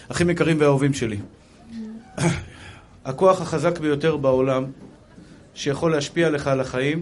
אחים יקרים ואהובים שלי, הכוח החזק ביותר בעולם שיכול להשפיע לך על החיים,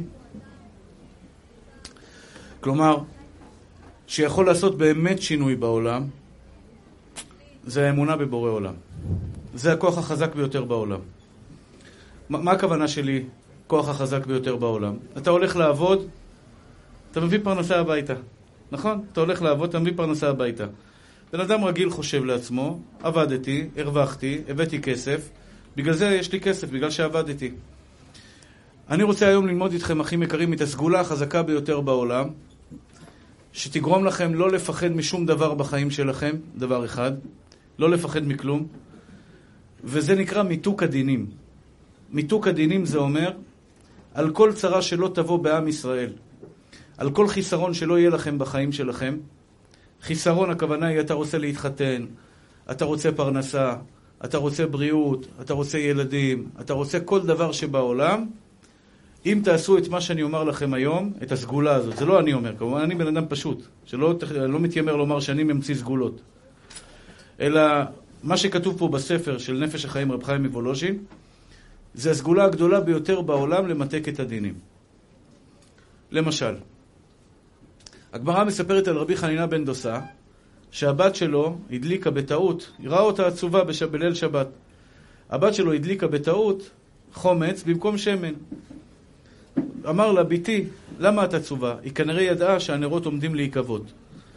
כלומר, שיכול לעשות באמת שינוי בעולם, זה האמונה בבורא עולם. זה הכוח החזק ביותר בעולם. מה הכוונה שלי, כוח החזק ביותר בעולם? אתה הולך לעבוד, אתה מביא פרנסה הביתה. נכון? אתה הולך לעבוד, אתה מביא פרנסה הביתה. בן אדם רגיל חושב לעצמו, עבדתי, הרווחתי, הבאתי כסף, בגלל זה יש לי כסף, בגלל שעבדתי. אני רוצה היום ללמוד איתכם, אחים יקרים, את הסגולה החזקה ביותר בעולם, שתגרום לכם לא לפחד משום דבר בחיים שלכם, דבר אחד, לא לפחד מכלום, וזה נקרא מיתוק הדינים. מיתוק הדינים זה אומר, על כל צרה שלא תבוא בעם ישראל, על כל חיסרון שלא יהיה לכם בחיים שלכם, חיסרון הכוונה היא, אתה רוצה להתחתן, אתה רוצה פרנסה, אתה רוצה בריאות, אתה רוצה ילדים, אתה רוצה כל דבר שבעולם, אם תעשו את מה שאני אומר לכם היום, את הסגולה הזאת, זה לא אני אומר, כמובן אני בן אדם פשוט, שלא לא מתיימר לומר שאני ממציא סגולות, אלא מה שכתוב פה בספר של נפש החיים רב חיים מוולוז'ין, זה הסגולה הגדולה ביותר בעולם למתק את הדינים. למשל, הגמרא מספרת על רבי חנינה בן דוסה, שהבת שלו הדליקה בטעות, היא ראה אותה עצובה בליל שבת. הבת שלו הדליקה בטעות חומץ במקום שמן. אמר לה, ביתי, למה את עצובה? היא כנראה ידעה שהנרות עומדים להיקוות.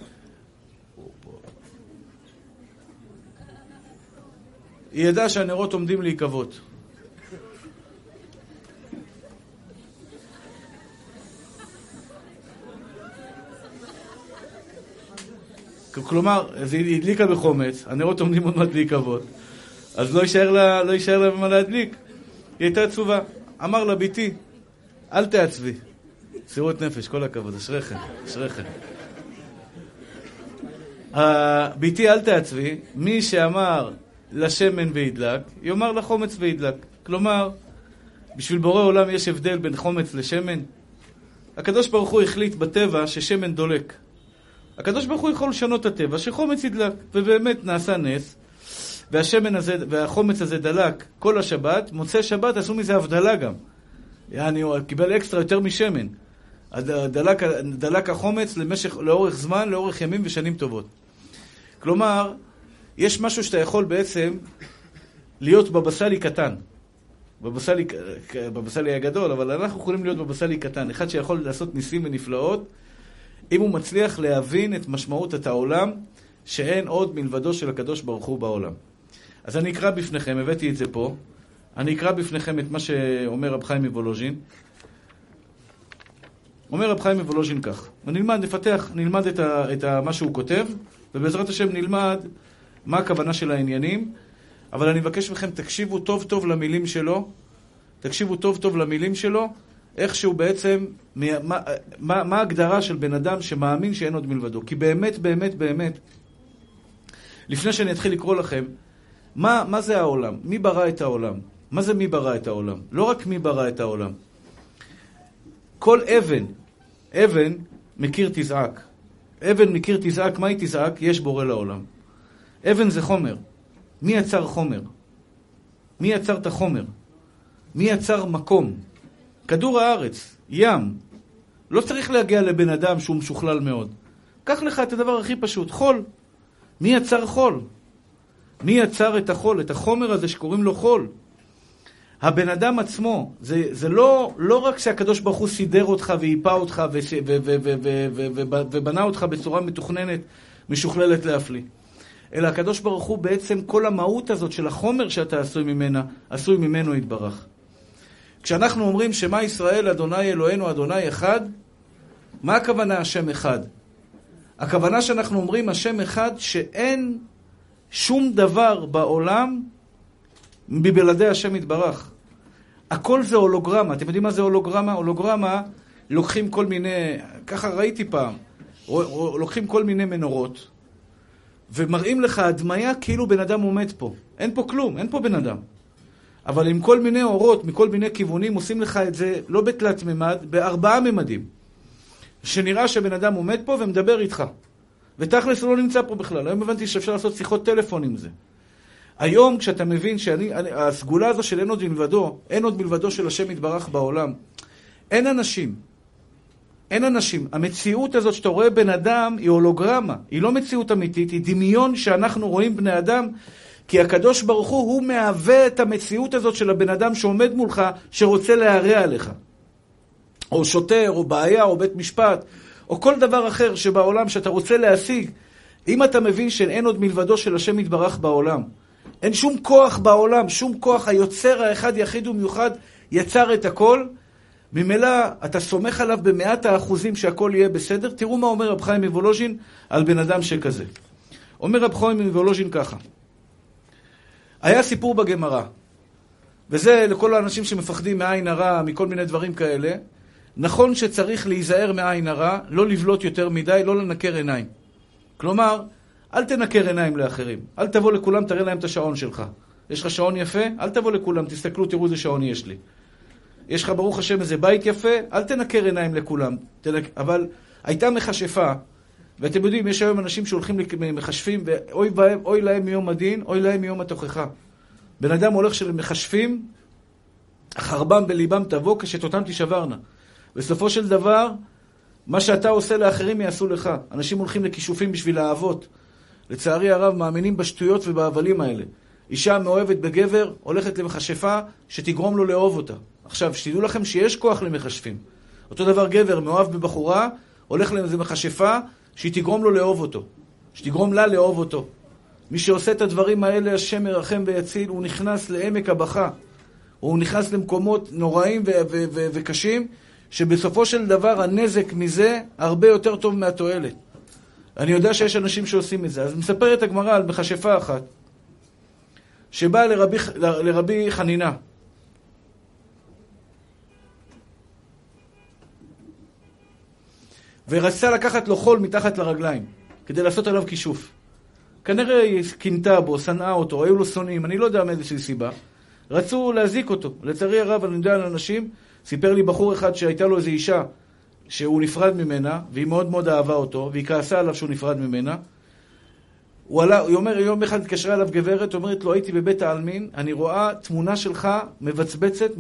היא ידעה שהנרות עומדים להיקוות. כלומר, היא הדליקה בחומץ, הנרות עומדים עוד מעט להיקוות, אז לא יישאר לה במה להדליק. היא הייתה עצובה. אמר לה, ביתי, אל תעצבי. סירות נפש, כל הכבוד, אשריכם, אשריכם. ביתי, אל תעצבי. מי שאמר לשמן והדלק, יאמר לחומץ והדלק. כלומר, בשביל בורא עולם יש הבדל בין חומץ לשמן. הקדוש ברוך הוא החליט בטבע ששמן דולק. הקדוש ברוך הוא יכול לשנות את הטבע שחומץ ידלק, ובאמת נעשה נס, והשמן הזה והחומץ הזה דלק כל השבת, מוצא שבת עשו מזה הבדלה גם. יעני, הוא קיבל אקסטרה יותר משמן. דלק החומץ לאורך זמן, לאורך ימים ושנים טובות. כלומר, יש משהו שאתה יכול בעצם להיות בבסלי קטן. בבסלי הגדול, אבל אנחנו יכולים להיות בבסלי קטן. אחד שיכול לעשות ניסים ונפלאות, אם הוא מצליח להבין את משמעות את העולם, שאין עוד מלבדו של הקדוש ברוך הוא בעולם. אז אני אקרא בפניכם, הבאתי את זה פה, אני אקרא בפניכם את מה שאומר רב חיים מוולוז'ין. אומר רב חיים מוולוז'ין כך, נלמד את מה שהוא כותב, ובעזרת השם נלמד מה הכוונה של העניינים, אבל אני מבקש מכם, תקשיבו טוב טוב למילים שלו, איך שהוא בעצם, מה ההגדרה של בן אדם שמאמין שאין עוד מלבדו. כי באמת, לפני שאני אתחיל לקרוא לכם, מה זה העולם? מי ברא את העולם? מה זה מי ברא את העולם? לא רק מי ברא את העולם. כל אבן מכיר תזעק. אבן מכיר תזעק, מה היא תזעק? יש בורא לעולם. אבן זה חומר. מי יצר חומר? מי יצר את החומר? מי יצר מקום? כדור הארץ, ים. לא צריך להגיע לבן אדם שהוא משוכלל מאוד. קח לך את הדבר הכי פשוט, חול. מי יצר חול? מי יצר את החול, את החומר הזה שקוראים לו חול? הבן אדם עצמו, זה לא רק שהקדוש ברוך הוא סידר אותך ואיפה אותך ובנה אותך בצורה מתוכננת, משוכללת להפליא. אלא הקדוש ברוך הוא בעצם כל המהות הזאת של החומר שאתה עשוי ממנו יתברך. כשאנחנו אומרים שמה ישראל, אדוני אלוהינו, אדוני אחד, מה הכוונה השם אחד? הכוונה שאנחנו אומרים השם אחד שאין שום דבר בעולם מבלעדי השם יתברך. הכל זה הולוגרמה. אתם יודעים מה זה הולוגרמה? הולוגרמה לוקחים כל מיני, ככה ראיתי פעם, לוקחים כל מיני מנורות ומראים לך הדמיה כאילו בן אדם עומד פה. אין פה כלום, אין פה בן אדם. אבל עם כל מיני אורות, מכל מיני כיוונים, עושים לך את זה לא בתלת ממד, בארבעה ממדים. שנראה שבן אדם עומד פה ומדבר איתך. ותכלס הוא לא נמצא פה בכלל. היום הבנתי שאפשר לעשות שיחות טלפון עם זה. היום כשאתה מבין שהסגולה הזו של אין עוד מלבדו, אין עוד מלבדו של השם יתברך בעולם, אין אנשים. המציאות הזאת שאתה רואה בן אדם היא הולוגרמה, היא לא מציאות אמיתית, היא דמיון שאנחנו רואים בני אדם, כי הקדוש ברוך הוא מהווה את המציאות הזאת של הבן אדם שעומד מולך, שרוצה להרע עליך. או שוטר, או בעיה, או בית משפט, או כל דבר אחר שבעולם שאתה רוצה להשיג. אם אתה מבין שאין עוד מלבדו של השם יתברך בעולם, אין שום כוח בעולם, שום כוח, היוצר האחד יחיד ומיוחד יצר את הכל, ממילא אתה סומך עליו ב100% שהכל יהיה בסדר. תראו מה אומר רב חיים מוולוז'ין על בן אדם שכזה. אומר רב חיים מוולוז'ין ככה, היה סיפור בגמרא, וזה לכל האנשים שמפחדים מעין הרע, מכל מיני דברים כאלה, נכון שצריך להיזהר מעין הרע, לא לבלוט יותר מדי, לא לנקר עיניים. כלומר, אל תנקר עיניים לאחרים. אל תבוא לכולם, תראה להם את השעון שלך. יש לך שעון יפה? אל תבוא לכולם, תסתכלו, תראו איזה שעון יש לי. יש לך ברוך השם איזה בית יפה? אל תנקר עיניים לכולם. אבל הייתה מכשפה, ואתם יודעים, יש היום אנשים שהולכים למחשפים, ואוי להם מיום הדין, אוי להם מיום התוכחה. בן אדם הולך של מחשפים, החרבם בליבם תבוא, כשתותם תשברנה. בסופו של דבר, מה שאתה עושה לאחרים יעשו לך. אנשים הולכים לכישופים בשביל האהבות. לצערי הרב, מאמינים בשטויות ובהבלים האלה. אישה מאוהבת בגבר, הולכת למכשפה שתגרום לו לאהוב אותה. עכשיו, שתדעו לכם שיש כוח למכשפים. אותו דבר גבר מאוהב בבחורה, הולך לאיזה מכשפה שהיא תגרום לו לאהוב אותו. שתגרום לה לאהוב אותו. מי שעושה את הדברים האלה, השם ירחם ויציל, הוא נכנס לעמק הבכה. הוא נכנס למקומות נוראים וקשים, שבסופו של דבר הנזק מזה הרבה יותר טוב מהתועלת. אני יודע שיש אנשים שעושים את זה. אז מספרת הגמרא על מכשפה אחת, שבאה לרבי חנינה. ורצתה לקחת לו חול מתחת לרגליים, כדי לעשות עליו כישוף. כנראה היא קינתה בו, שנאה אותו, היו לו שונאים, אני לא יודע מאיזושהי סיבה. רצו להזיק אותו. לצערי הרב, אני יודע על אנשים, סיפר לי בחור אחד שהייתה לו איזו אישה, שהוא נפרד ממנה, והיא מאוד מאוד אהבה אותו, והיא כעסה עליו שהוא נפרד ממנה. היא אומר, יום אחד התקשרה אליו גברת, אומרת לו, הייתי בבית העלמין, אני רואה תמונה שלך מבצבצת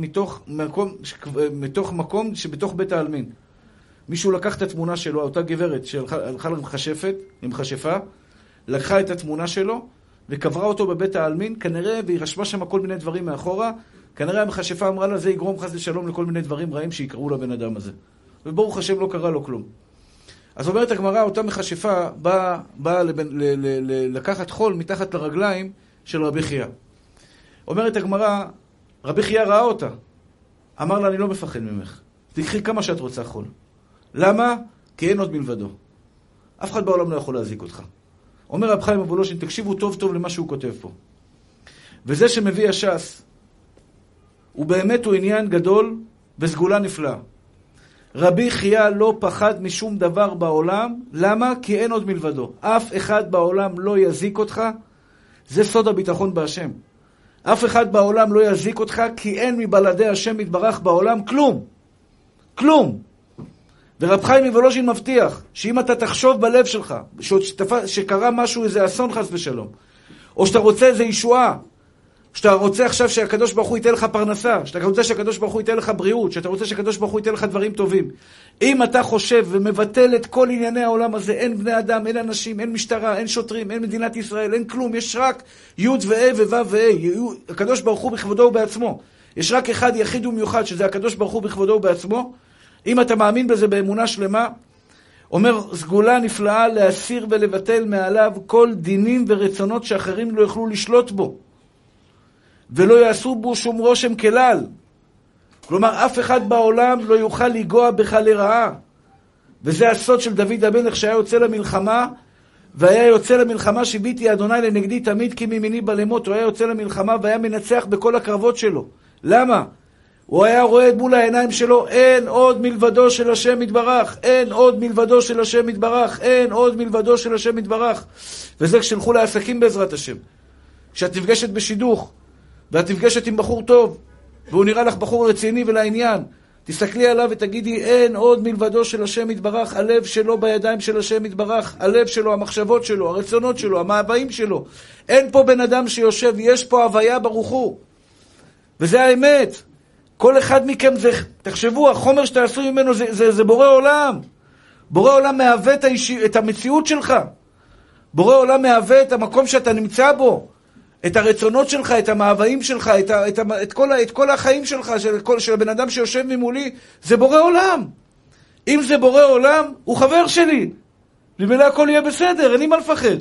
מתוך מקום שבתוך בית העלמין. מישהו לקח את התמונה שלו, אותה גברת שהלכה למכשפה, לקחה את התמונה שלו, וקברה אותו בבית העלמין, כנראה, והיא רשמה שם כל מיני דברים מאחורה, כנראה המכשפה אמרה לה, זה יגרום חס ושלום לכל מיני דברים רעים שיקראו לבן אדם הזה. וברוך השם לא קרה לו כלום. אז אומרת הגמרא, אותה מכשפה באה לקחת חול מתחת לרגליים של רבי חייא. אומרת הגמרא, רבי חייא ראה אותה. אמר לה, אני לא מפחד ממך. תקחי כמה שאת רוצה חול. למה? כי אין עוד מלבדו. אף אחד בעולם לא יכול להזיק אותך. אומר רב חיים מוולוז'ין, תקשיבו טוב טוב למה שהוא כותב פה. וזה שמביא הש"ס, הוא באמת עניין גדול וסגולה נפלאה. רבי חייא לא פחד משום דבר בעולם. למה? כי אין עוד מלבדו. אף אחד בעולם לא יזיק אותך. זה סוד הביטחון בהשם. אף אחד בעולם לא יזיק אותך, כי אין מבלעדי השם יתברך בעולם כלום. כלום. ורב חיים מוולוז'ין מבטיח, שאם אתה תחשוב בלב שלך, שקרה משהו, איזה אסון חס ושלום, או שאתה רוצה איזה ישועה, שאתה רוצה עכשיו שהקדוש ברוך הוא ייתן לך פרנסה, שאתה רוצה שהקדוש ברוך הוא ייתן לך בריאות, שאתה רוצה שהקדוש ברוך הוא ייתן לך דברים טובים. אם אתה חושב ומבטל את כל ענייני העולם הזה, אין בני אדם, אין אנשים, אין משטרה, אין שוטרים, אין מדינת ישראל, אין כלום, יש רק י' ו' וו' ו', הקדוש ברוך הוא בכבודו ובעצמו. יש רק אחד יחיד ומיוחד, שזה הקדוש ברוך הוא בכבודו ובעצמו. אם אתה מאמין בזה באמונה שלמה, אומר סגולה נפלאה להסיר ולבטל מעליו כל דינים ורצונות שאחרים לא יוכלו לשלוט בו. ולא יעשו בו שום רושם כלל. כלומר, אף אחד בעולם לא יוכל לגוע בך לרעה. וזה הסוד של דוד המלך שהיה יוצא למלחמה, והיה יוצא למלחמה שיביתי אדוני לנגדי תמיד כי מימיני בלמות. הוא היה יוצא למלחמה והיה מנצח בכל הקרבות שלו. למה? הוא היה רואה מול העיניים שלו, אין עוד מלבדו של השם יתברך, אין עוד מלבדו של השם יתברך, אין עוד מלבדו של השם יתברך. וזה כשלכו לעסקים בעזרת השם. כשאת נפגשת בשידוך, ואת נפגשת עם בחור טוב, והוא נראה לך בחור רציני ולעניין, תסתכלי עליו ותגידי, אין עוד מלבדו של השם יתברך, הלב שלו בידיים של השם יתברך, הלב שלו, המחשבות שלו, הרצונות שלו, המאוויים שלו. אין פה בן אדם שיושב, יש פה הוויה ברוך הוא. וזה האמת. כל אחד מכם, תחשבו, החומר שתעשו ממנו זה בורא עולם. בורא עולם מהווה את המציאות שלך. בורא עולם מהווה את המקום שאתה נמצא בו. את הרצונות שלך, את המאוויים שלך, את כל החיים שלך, של הבן אדם שיושב ממולי, זה בורא עולם. אם זה בורא עולם, הוא חבר שלי. ממילא הכל יהיה בסדר, אין לי מה לפחד.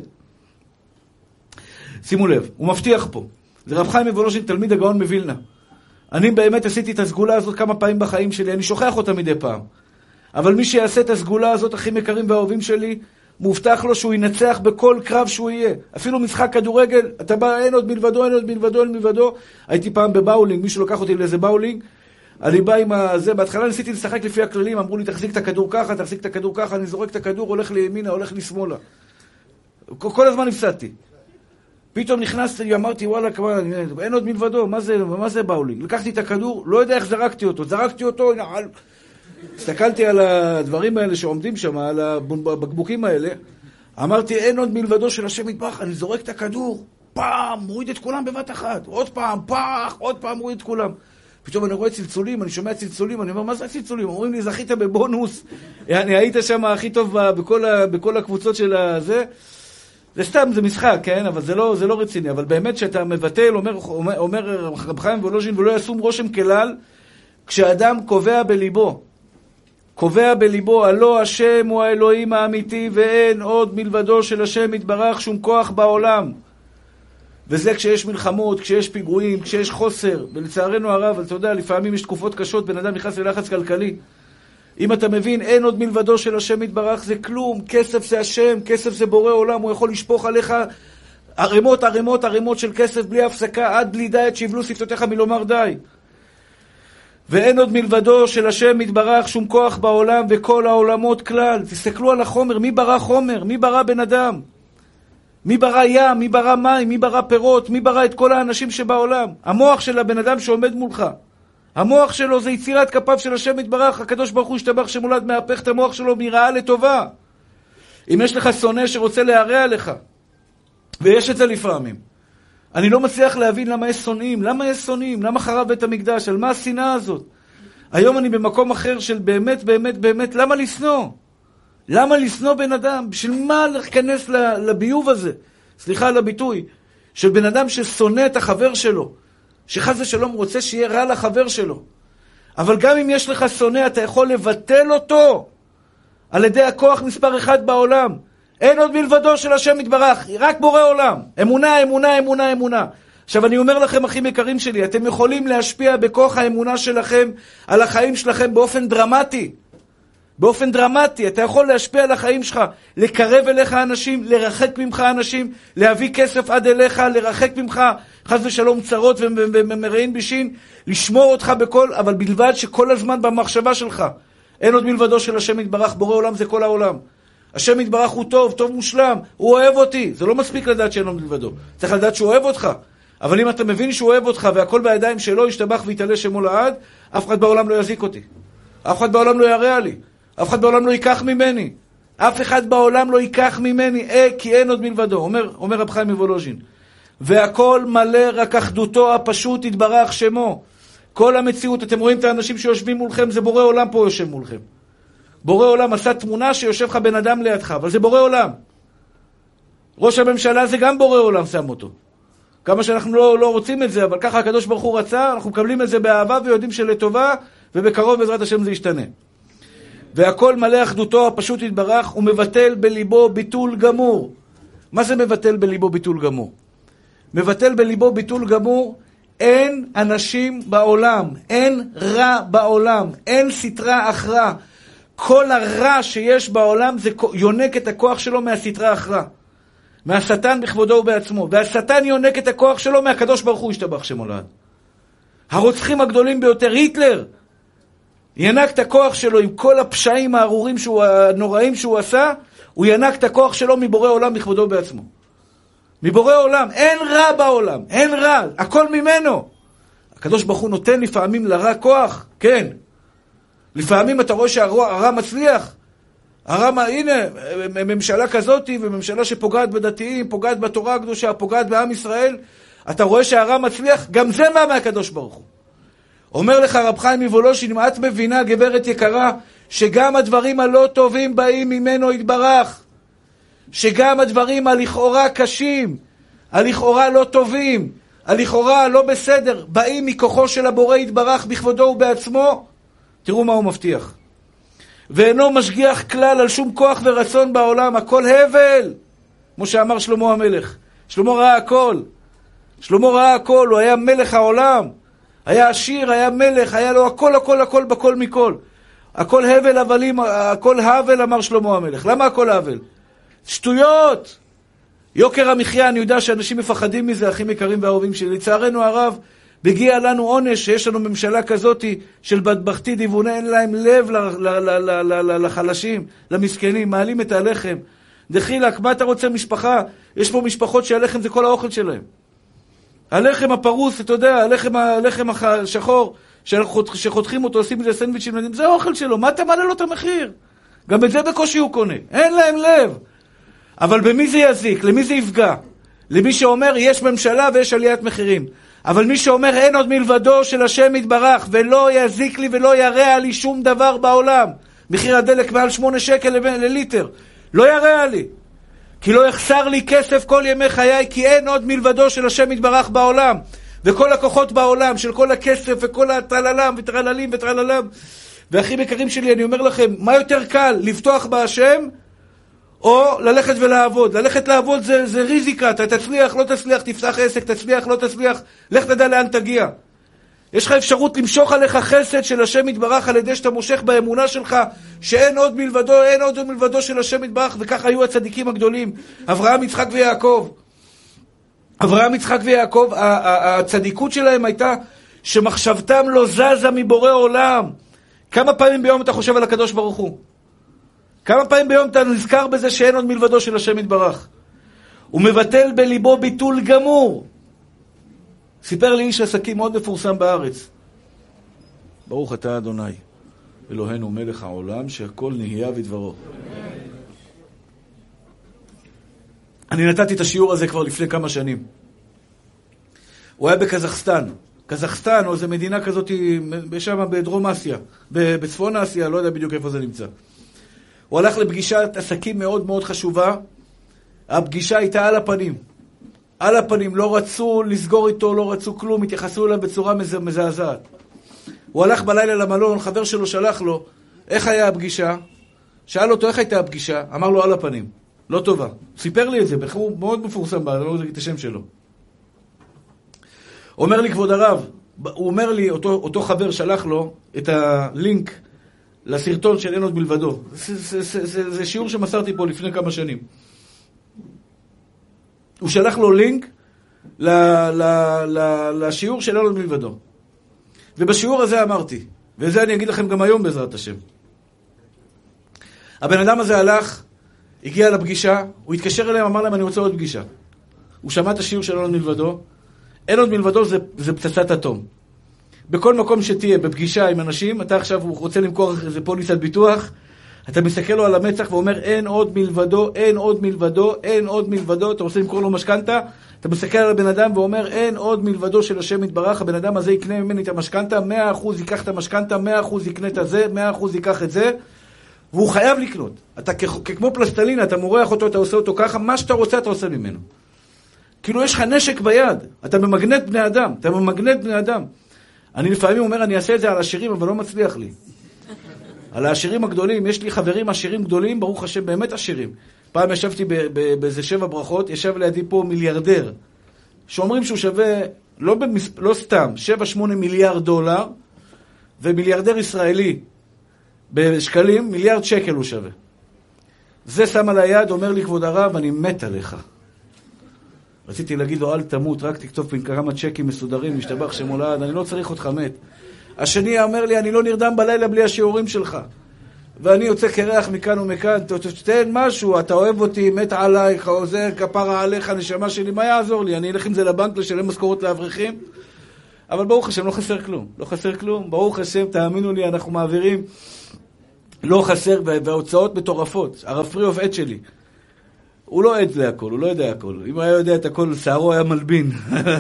שימו לב, הוא מבטיח פה. זה רב חיים מוולוז'ין, תלמיד הגאון מווילנה. אני באמת עשיתי את הסגולה הזאת כמה פעמים בחיים שלי, אני שוכח אותה מדי פעם. אבל מי שיעשה את הסגולה הזאת, הכי מכרים והאהובים שלי, מובטח לו שהוא ינצח בכל קרב שהוא יהיה. אפילו משחק כדורגל, אתה בא, אין עוד מלבדו, אין עוד מלבדו, אין מלבדו. הייתי פעם בבאולינג, מישהו לקח אותי לאיזה באולינג, אני בא עם זה, בהתחלה ניסיתי לשחק לפי הכללים, אמרו לי תחזיק את הכדור ככה, תחזיק את הכדור ככה, אני זורק את הכדור, הולך לימינה, הולך לשמאלה. כל הזמן הפסדתי. פתאום נכנסתי, אמרתי, וואלה, אין עוד מלבדו, מה זה באולינג? לקחתי את הכדור, לא יודע איך זרקתי אותו, הסתכלתי על הדברים האלה שעומדים שם, על הבקבוקים האלה, אמרתי, אין עוד מלבדו של השם יתברך, אני זורק את הכדור, פעם, מוריד את כולם בבת אחת, עוד פעם, עוד פעם, מוריד את כולם. פתאום אני רואה צלצולים, אני שומע צלצולים, אני אומר, מה זה הצלצולים? אומרים לי, זכית בבונוס, אני היית שם הכי טוב בכל הקבוצות של הזה. זה סתם, זה משחק, כן? אבל זה לא רציני. אבל באמת שאתה מבטל, אומר רב חיים וולוז'ין, ולא ישום רושם כלל, כשאדם קובע בליבו, הלא השם הוא האלוהים האמיתי, ואין עוד מלבדו של השם יתברך שום כוח בעולם. וזה כשיש מלחמות, כשיש פיגועים, כשיש חוסר, ולצערנו הרב, אתה יודע, לפעמים יש תקופות קשות, בן אדם נכנס ללחץ כלכלי. אם אתה מבין, אין עוד מלבדו של השם יתברך, זה כלום, כסף זה השם, כסף זה בורא עולם, הוא יכול לשפוך עליך ערימות של כסף בלי הפסקה, עד בלי די, את שיבלו שפתותיך מלומר די. ואין עוד מלבדו של השם יתברך שום כוח בעולם וכל העולמות כלל. תסתכלו על החומר, מי ברא חומר? מי ברא בן אדם? מי ברא ים? מי ברא מים? מי ברא פירות? מי ברא את כל האנשים שבעולם? המוח של הבן אדם שעומד מולך. המוח שלו זה יצירת כפיו של השם יתברך. הקדוש ברוך הוא השתבח שמולד מהפך את המוח שלו מרעה לטובה. אם יש לך שונא שרוצה להרע לך, ויש את זה לפעמים, אני לא מצליח להבין למה יש שונאים. למה חרב בית המקדש? על מה השנאה הזאת? היום אני במקום אחר של באמת, למה לשנוא? למה לשנוא בן אדם? בשביל מה להיכנס לביוב הזה? סליחה על הביטוי. של בן אדם ששונא את החבר שלו. שחס ושלום רוצה שיהיה רע לחבר שלו. אבל גם אם יש לך שונא, אתה יכול לבטל אותו על ידי הכוח מספר אחד בעולם. אין עוד מלבדו של השם יתברך, רק בורא עולם. אמונה. עכשיו אני אומר לכם, אחים יקרים שלי, אתם יכולים להשפיע בכוח האמונה שלכם על החיים שלכם באופן דרמטי. אתה יכול להשפיע על החיים שלך, לקרב אליך אנשים, לרחק ממך אנשים, להביא כסף עד אליך, לרחק ממך חס ושלום צרות ומרעין בישין, לשמור אותך בכל, אבל בלבד שכל הזמן במחשבה שלך. אין עוד מלבדו של השם יתברך, בורא עולם זה כל העולם. השם יתברך הוא טוב מושלם, הוא אוהב אותי. זה לא מספיק לדעת שאין עוד מלבדו. צריך לדעת שהוא אוהב אותך. אבל אם אתה מבין שהוא אוהב אותך והכל בידיים שלו, ישתבח ויתעלה שמו לעד, אף אחד בעולם לא יזיק אותי. אף אחד בעולם לא ירע לי. אף אחד בעולם לא ייקח ממני. אף אחד בעולם לא ייקח ממני, כי אין עוד מלבדו. אומר רב חיים מוולוז'ין. והכל מלא רק אחדותו הפשוט יתברך שמו. כל המציאות, אתם רואים את האנשים שיושבים מולכם, זה בורא עולם פה יושב מולכם. בורא עולם עשה תמונה שיושב לך בן אדם לידך, אבל זה בורא עולם. ראש הממשלה זה גם בורא עולם שם אותו. כמה שאנחנו לא רוצים את זה, אבל ככה הקדוש ברוך הוא רצה, אנחנו מקבלים את זה באהבה ויודעים שלטובה, ובקרוב בעזרת השם זה ישתנה. והכל מלא אחדותו הפשוט יתברך, ומבטל בליבו ביטול גמור. מה זה מבטל בליבו ביטול גמור? מבטל בליבו ביטול גמור, אין אנשים בעולם, אין רע בעולם, אין סתרה אחרא. כל הרע שיש בעולם זה יונק את הכוח שלו מהסתרה אחרא. מהשטן בכבודו ובעצמו. והשטן יונק את הכוח שלו מהקדוש ברוך הוא ישתבח שמו לעד. הרוצחים הגדולים ביותר, היטלר, ינק את הכוח שלו עם כל הפשעים הארורים הנוראים שהוא עשה, הוא ינק את הכוח שלו מבורא עולם בכבודו ובעצמו. מבורא עולם, אין רע בעולם, אין רע, הכל ממנו. הקדוש ברוך הוא נותן לפעמים לרע כוח, כן. לפעמים אתה רואה שהרע מצליח. הנה, ממשלה כזאת וממשלה שפוגעת בדתיים, פוגעת בתורה הקדושה, פוגעת בעם ישראל, אתה רואה שהרע מצליח, גם זה מהקדוש ברוך הוא. אומר לך רב חיים מוולוז'ין, אם את מבינה, גברת יקרה, שגם הדברים הלא טובים באים ממנו יתברך, שגם הדברים הלכאורה קשים, הלכאורה לא טובים, הלכאורה לא בסדר, באים מכוחו של הבורא יתברך בכבודו ובעצמו, תראו מה הוא מבטיח. ואינו משגיח כלל על שום כוח ורצון בעולם, הכל הבל, כמו שאמר שלמה המלך. שלמה ראה הכל. שלמה ראה הכל, הוא היה מלך העולם. היה עשיר, היה מלך, היה לו הכל, הכל, הכל, בכל מכל. הכל הבל הבלים, הכל הבל, אמר שלמה המלך. למה הכל הבל? שטויות. יוקר המחיה, אני יודע שאנשים מפחדים מזה, אחים יקרים ואהובים שלי. לצערנו הרב, בגיע לנו עונש שיש לנו ממשלה כזאת של בטבחתי דיוונה, אין להם לב לחלשים, למסכנים, מעלים את הלחם. דחילק, מה אתה רוצה משפחה? יש פה משפחות שהלחם זה כל האוכל שלהם. הלחם הפרוס, אתה יודע, הלחם השחור, שחותכים אותו, עושים מזה סנדוויצ'ים, זה האוכל שלו, מה אתה מעלה לו את המחיר? גם את זה בקושי הוא קונה, אין להם לב. אבל במי זה יזיק? למי זה יפגע? למי שאומר יש ממשלה ויש עליית מחירים. אבל מי שאומר אין עוד מלבדו של השם יתברך, ולא יזיק לי ולא ירע לי שום דבר בעולם. מחיר הדלק מעל 8 שקל לליטר. לא ירע לי. כי לא יחסר לי כסף כל ימי חיי, כי אין עוד מלבדו של השם יתברך בעולם. וכל הכוחות בעולם, של כל הכסף וכל הטרללם וטרללים וטרללם. ואחים יקרים שלי, אני אומר לכם, מה יותר קל? לפתוח בהשם או ללכת ולעבוד. ללכת לעבוד זה ריזיקה, אתה תצליח, לא תצליח, תפתח עסק, תצליח, לא תצליח, לך תדע לאן תגיע. יש לך אפשרות למשוך עליך חסד של השם יתברך על ידי שאתה מושך באמונה שלך שאין עוד מלבדו, אין עוד מלבדו של השם יתברך, וכך היו הצדיקים הגדולים, אברהם, יצחק ויעקב. אברהם, יצחק ויעקב, הצדיקות שלהם הייתה שמחשבתם לא זזה מבורא עולם. כמה פעמים ביום אתה חושב על הקדוש ברוך הוא? כמה פעמים ביום אתה נזכר בזה שאין עוד מלבדו של השם יתברך? הוא מבטל בליבו ביטול גמור. סיפר לי איש עסקים מאוד מפורסם בארץ. ברוך אתה אדוני, אלוהינו מלך העולם, שהכל נהיה בדברו. אני נתתי את השיעור הזה כבר לפני כמה שנים. הוא היה בקזחסטן. קזחסטן, או איזו מדינה כזאת, שם בדרום אסיה, בצפון אסיה, לא יודע בדיוק איפה זה נמצא. הוא הלך לפגישת עסקים מאוד מאוד חשובה. הפגישה הייתה על הפנים. על הפנים, לא רצו לסגור איתו, לא רצו כלום, התייחסו אליו בצורה מזעזעת. הוא הלך בלילה למלון, חבר שלו שלח לו, איך היה הפגישה? שאל אותו איך הייתה הפגישה? אמר לו על הפנים, לא טובה. סיפר לי את זה, הוא מאוד מפורסם, אני לא אגיד את השם שלו. אומר לי כבוד הרב, הוא אומר לי, אותו חבר שלח לו את הלינק לסרטון של אין עוד מלבדו. זה שיעור שמסרתי פה לפני כמה שנים. הוא שלח לו לינק לשיעור של אין עוד מלבדו. ובשיעור הזה אמרתי, וזה אני אגיד לכם גם היום בעזרת השם. הבן אדם הזה הלך, הגיע לפגישה, הוא התקשר אליהם, אמר להם אני רוצה עוד פגישה. הוא שמע את השיעור של אין עוד מלבדו. אין עוד מלבדו זה פצצת אטום. בכל מקום שתהיה בפגישה עם אנשים, אתה עכשיו רוצה למכור איזה פוליסת ביטוח, אתה מסתכל לו על המצח ואומר אין עוד מלבדו, אין עוד מלבדו, אין עוד מלבדו, אתה רוצה למכור לו משכנתה, אתה מסתכל על הבן אדם ואומר אין עוד מלבדו של השם יתברך, הבן אדם הזה יקנה ממני את המשכנתה, 100% ייקח את המשכנתה, 100% יקנה את זה, 100% ייקח את זה, והוא חייב לקנות. אתה כמו פלסטלינה, אתה מורח אותו, אתה עושה אותו ככה, מה שאתה רוצה אתה עושה ממנו. כאילו יש לך נשק ביד, אתה ממגנט בני אדם, אתה ממגנט בני אדם. אני לפעמים אומר, אני אעשה את זה על השירים, אבל לא מצליח לי. על השירים הגדולים, יש לי חברים עשירים גדולים, ברוך השם, באמת עשירים. פעם ישבתי באיזה 7 ברכות, ישב לידי פה מיליארדר, שאומרים שהוא שווה, לא סתם, 7-8 מיליארד דולר, ומיליארדר ישראלי, בשקלים, 1 מיליארד שקל הוא שווה. זה שם על היד, אומר לי, כבוד הרב, אני מת עליך. רציתי להגיד לו, אל תמות, רק תכתוב כמה צ'קים מסודרים, משתבח שמולד, אני לא צריך אותך מת. השני אומר לי, אני לא נרדם בלילה בלי השיעורים שלך. ואני יוצא קרח מכאן ומכאן, תתן משהו, אתה אוהב אותי, מת עליי, עוזר, כפרה עליך, נשמה שלי, מה יעזור לי? אני אלך עם זה לבנק לשלם משכורות לאברכים? אבל ברוך השם, לא חסר כלום. לא חסר כלום. ברוך השם, תאמינו לי, אנחנו מעבירים. לא חסר, וההוצאות מטורפות. הרב פריאוף עד שלי. הוא לא עד להכל, הוא לא יודע הכל. אם הוא היה יודע את הכל, שערו היה מלבין.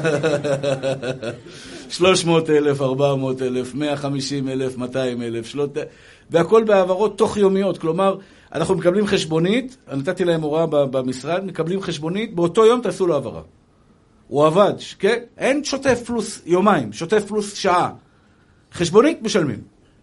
300,000, 400,000, 150,000, 200,000, והכל בעברות תוך יומיות. כלומר, אנחנו מקבלים חשבונית, אני נתתי להם הוראה במשרד, מקבלים חשבונית, באותו יום תעשו לו העברה. הוא עבד, כן? אין שוטף פלוס יומיים, שוטף פלוס שעה. חשבונית משלמים.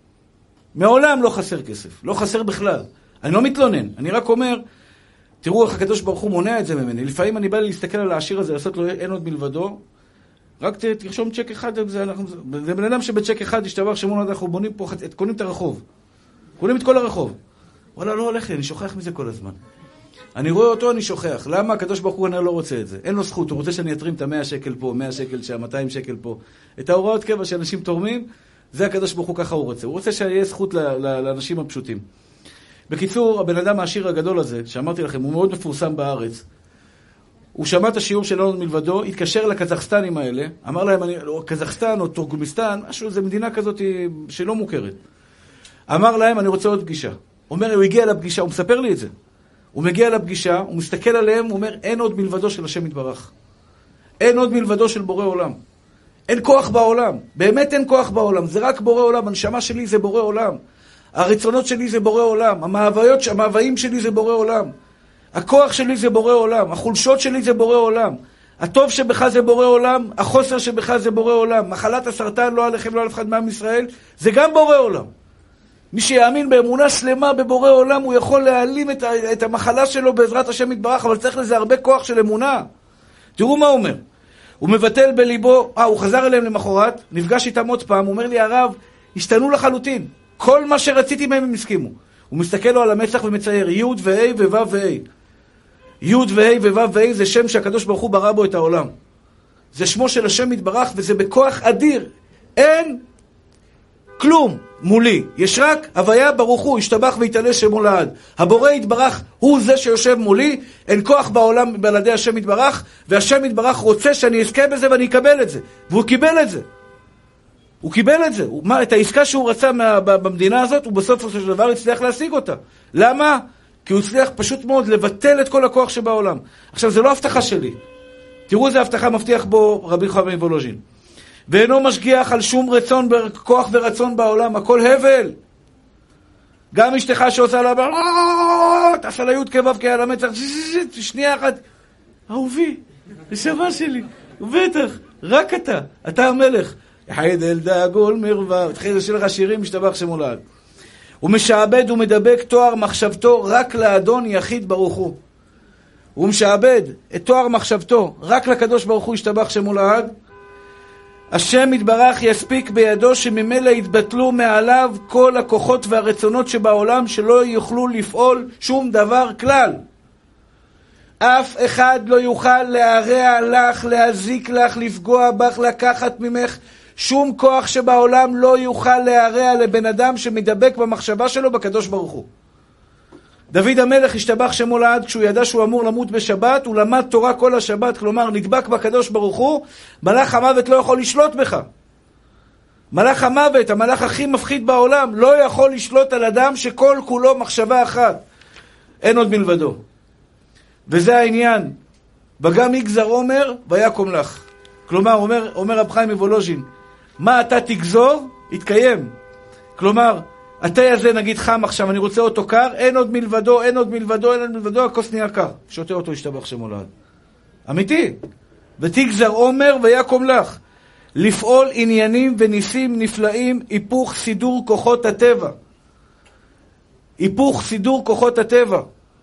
מעולם לא חסר כסף, לא חסר בכלל. אני לא מתלונן, אני רק אומר, תראו איך הקדוש ברוך הוא מונע את זה ממני. לפעמים אני בא להסתכל על העשיר הזה, לעשות לו אין עוד מלבדו, רק תרשום צ'ק אחד, זה בן אדם שבצ'ק אחד ישתבח שמונה, אנחנו בונים פה, קונים את הרחוב. קונים את כל הרחוב. וואלה, לא הולך לי, אני שוכח מזה כל הזמן. אני רואה אותו, אני שוכח. למה? הקדוש ברוך הוא לא רוצה את זה. אין לו זכות, הוא רוצה שאני אתרים את 100 שקל פה, 100 שקל שם, 200 שקל פה. את ההוראות קבע שאנשים תורמים, זה הקדוש ברוך הוא ככה הוא רוצה. הוא רוצה שיהיה זכות לאנשים הפשוטים. בקיצור, הבן אדם העשיר הגדול הזה, שאמרתי לכם, הוא מאוד מפורסם בארץ. הוא שמע את השיעור שלנו מלבדו, התקשר לקזחסטנים האלה, אמר להם, קזחסטן או טורגומיסטן, משהו, זה מדינה כזאת שלא מוכרת. אמר להם, אני רוצה עוד פגישה. אומר, הוא הגיע לפגישה, הוא מספר לי את זה. הוא מגיע לפגישה, הוא מסתכל עליהם, הוא אומר, אין עוד מלבדו של השם יתברך. אין עוד מלבדו של בורא עולם. אין כוח בעולם. באמת אין כוח בעולם. זה רק בורא עולם. הנשמה שלי זה בורא עולם. הרצונות שלי זה בורא עולם. המאוויים שלי זה בורא עולם. הכוח שלי זה בורא עולם. החולשות שלי זה בורא עולם. הטוב שבך זה בורא עולם. החוסר שבך זה בורא עולם. מחלת הסרטן לא עליכם, לא על אף אחד מעם ישראל. זה גם בורא עולם. מי שיאמין באמונה שלמה בבורא עולם, הוא יכול להעלים את המחלה שלו בעזרת השם יתברך, אבל צריך לזה הרבה כוח של אמונה. תראו מה הוא אומר. הוא מבטל בליבו, הוא חזר אליהם למחרת, נפגש איתם עוד פעם, הוא אומר לי, הרב, השתנו לחלוטין. כל מה שרציתי מהם הם הסכימו. הוא מסתכל לו על המצח ומצייר, י' וה' וו' וה'. י' וה' וו' וה' זה שם שהקדוש ברוך הוא ברא בו את העולם. זה שמו של השם יתברך, וזה בכוח אדיר. אין כלום מולי. יש רק הוויה ברוך הוא, השתבח והתעלה שמו לעד. הבורא יתברך הוא זה שיושב מולי, אין כוח בעולם בלעדי השם יתברך, והשם יתברך רוצה שאני אזכה בזה ואני אקבל את זה. והוא קיבל את זה. הוא קיבל את זה. את העסקה שהוא רצה במדינה הזאת, הוא בסופו של דבר הצליח להשיג אותה. למה? כי הוא הצליח פשוט מאוד לבטל את כל הכוח שבעולם. עכשיו, זה לא הבטחה שלי. תראו איזה הבטחה מבטיח בו רבי חיים מוולוז'ין. ואינו משגיח על שום רצון, כוח ורצון בעולם, הכל הבל. גם אשתך שעושה לה, תעשה לה יוד כבב כעל המצח, שנייה אחת, אהובי, נשמה שלי, ובטח, רק אתה המלך. יחד אל דאגול מרווה, תחיל לשלך השירים, משתבח שמו לעד. הוא משעבד ומדבק תואר מחשבתו רק לאדון יחיד ברוך הוא. הוא משעבד את תואר מחשבתו רק לקדוש ברוך הוא, השתבח שמו לעד. השם יתברך יספיק בידו שממילא יתבטלו מעליו כל הכוחות והרצונות שבעולם, שלא יוכלו לפעול שום דבר כלל. אף אחד לא יוכל להרע לך, להזיק לך, לפגוע בך, לקחת ממך. שום כוח שבעולם לא יוכל להרע לבן אדם שמדבק במחשבה שלו בקדוש ברוך הוא. דוד המלך השתבח שמו לעד, כשהוא ידע שהוא אמור למות בשבת, הוא למד תורה כל השבת, כלומר נדבק בקדוש ברוך הוא, מלאך המוות לא יכול לשלוט בך. מלאך המוות, המלאך הכי מפחיד בעולם, לא יכול לשלוט על אדם שכל כולו מחשבה אחת. אין עוד מלבדו. וזה העניין. וגם יגזר אומר ויקום לך. כלומר, אומר רב חיים מוולוז'ין, מה אתה תגזור, יתקיים. כלומר, התה הזה נגיד חם עכשיו, אני רוצה אותו קר, אין עוד מלבדו, אין עוד מלבדו, אין עוד מלבדו, הכוס נהיה קר. שותה אותו, ישתבח שמו לעד. אמיתי. ותגזר אומר ויקום לך. לפעול עניינים וניסים נפלאים, היפוך סידור כוחות הטבע. היפוך סידור כוחות הטבע.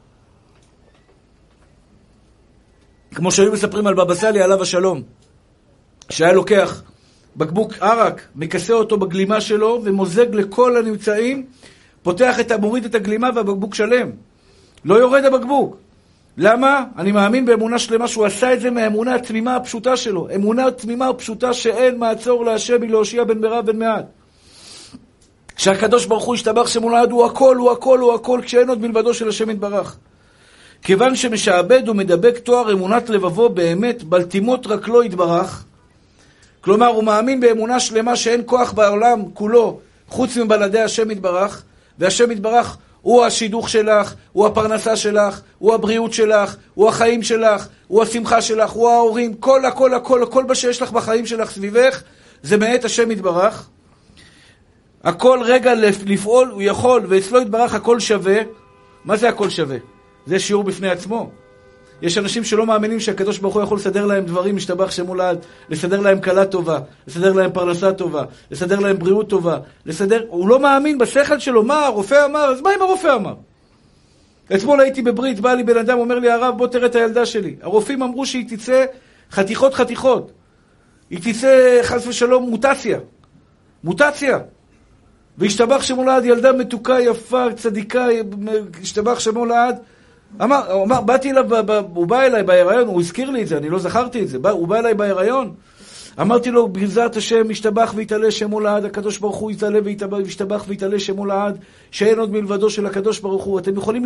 כמו שהיו מספרים על בבא סאלי עליו השלום, שהיה לוקח בקבוק ערק, מכסה אותו בגלימה שלו ומוזג לכל הנמצאים, פותח מוריד את הגלימה והבקבוק שלם. לא יורד הבקבוק. למה? אני מאמין באמונה שלמה שהוא עשה את זה מהאמונה התמימה הפשוטה שלו. אמונה תמימה ופשוטה שאין מעצור להשם מלהושיע בן מרב בן מעט. שהקדוש ברוך הוא השתבח שמו לעד הוא הכל, הוא הכל, הוא הכל, כשאין עוד מלבדו של השם יתברך. כיוון שמשעבד ומדבק תואר אמונת לבבו באמת, בלתימות רק לא יתברך, כלומר, הוא מאמין באמונה שלמה שאין כוח בעולם כולו, חוץ מבלעדי השם יתברך, והשם יתברך הוא השידוך שלך, הוא הפרנסה שלך, הוא הבריאות שלך, הוא החיים שלך, הוא השמחה שלך, הוא ההורים, כל מה שיש לך בחיים שלך סביבך, זה מאת השם יתברך. הכל רגע לפעול, הוא יכול, ואצלו יתברך הכל שווה. מה זה הכל שווה? זה שיעור בפני עצמו. יש אנשים שלא מאמינים שהקדוש ברוך הוא יכול לסדר להם דברים, משתבח שמו לעד, לסדר להם קלה טובה, לסדר להם פרנסה טובה, לסדר להם בריאות טובה, הוא לא מאמין בשכל שלו. מה הרופא אמר? אז מה אם הרופא אמר? אתמול הייתי בברית, בא לי בן אדם, אומר לי, הרב, בוא תראה את הילדה שלי. הרופאים אמרו שהיא תצא חתיכות. היא תצא חס ושלום מוטציה. והשתבח שמו לעד, ילדה מתוקה, יפה, צדיקה, השתבח שמו לעד. אמר, באתי אליו, הוא בא אליי בהיריון, הוא הזכיר לי את זה, אני לא זכרתי את זה, הוא בא אליי בהיריון. אמרתי לו, בעזרת השם, ישתבח ויתעלה שמו לעד, הקדוש ברוך הוא יתעלה וישתבח ויתעלה שמו לעד, שאין עוד מלבדו של הקדוש ברוך הוא. אתם יכולים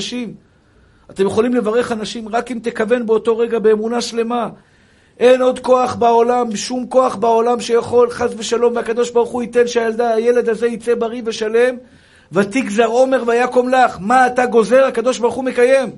לברך אנשים, רק אם תכוון באותו רגע באמונה שלמה. אין עוד כוח בעולם, שום כוח בעולם שיכול, חס ושלום, והקדוש ברוך הוא ייתן הילד הזה יצא בריא ושלם, ותגזר עומר ויקום לך. מה אתה גוזר? הקדוש ברוך הוא מקיים.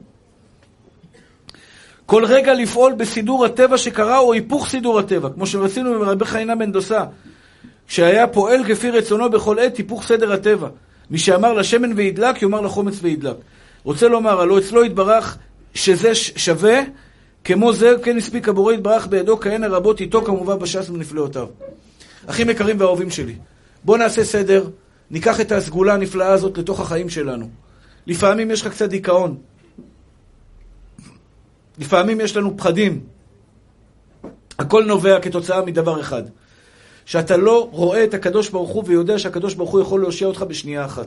כל רגע לפעול בסידור הטבע שקרה, או היפוך סידור הטבע, כמו שרצינו מרבי חיינה בן דוסה, שהיה פועל כפי רצונו בכל עת, היפוך סדר הטבע. מי שאמר לשמן וידלק, יאמר לחומץ וידלק. רוצה לומר, הלא אצלו יתברך שזה שווה, כמו זה, כן הספיק הבורא יתברך בידו, כהנה רבות איתו, כמובן בש"ס ונפלאותיו. אחים יקרים ואהובים שלי, בואו נעשה סדר, ניקח את הסגולה הנפלאה הזאת לתוך החיים שלנו. לפעמים יש לך קצת דיכאון. לפעמים יש לנו פחדים. הכל נובע כתוצאה מדבר אחד. שאתה לא רואה את הקדוש ברוך הוא ויודע שהקדוש ברוך הוא יכול להושיע אותך בשנייה אחת.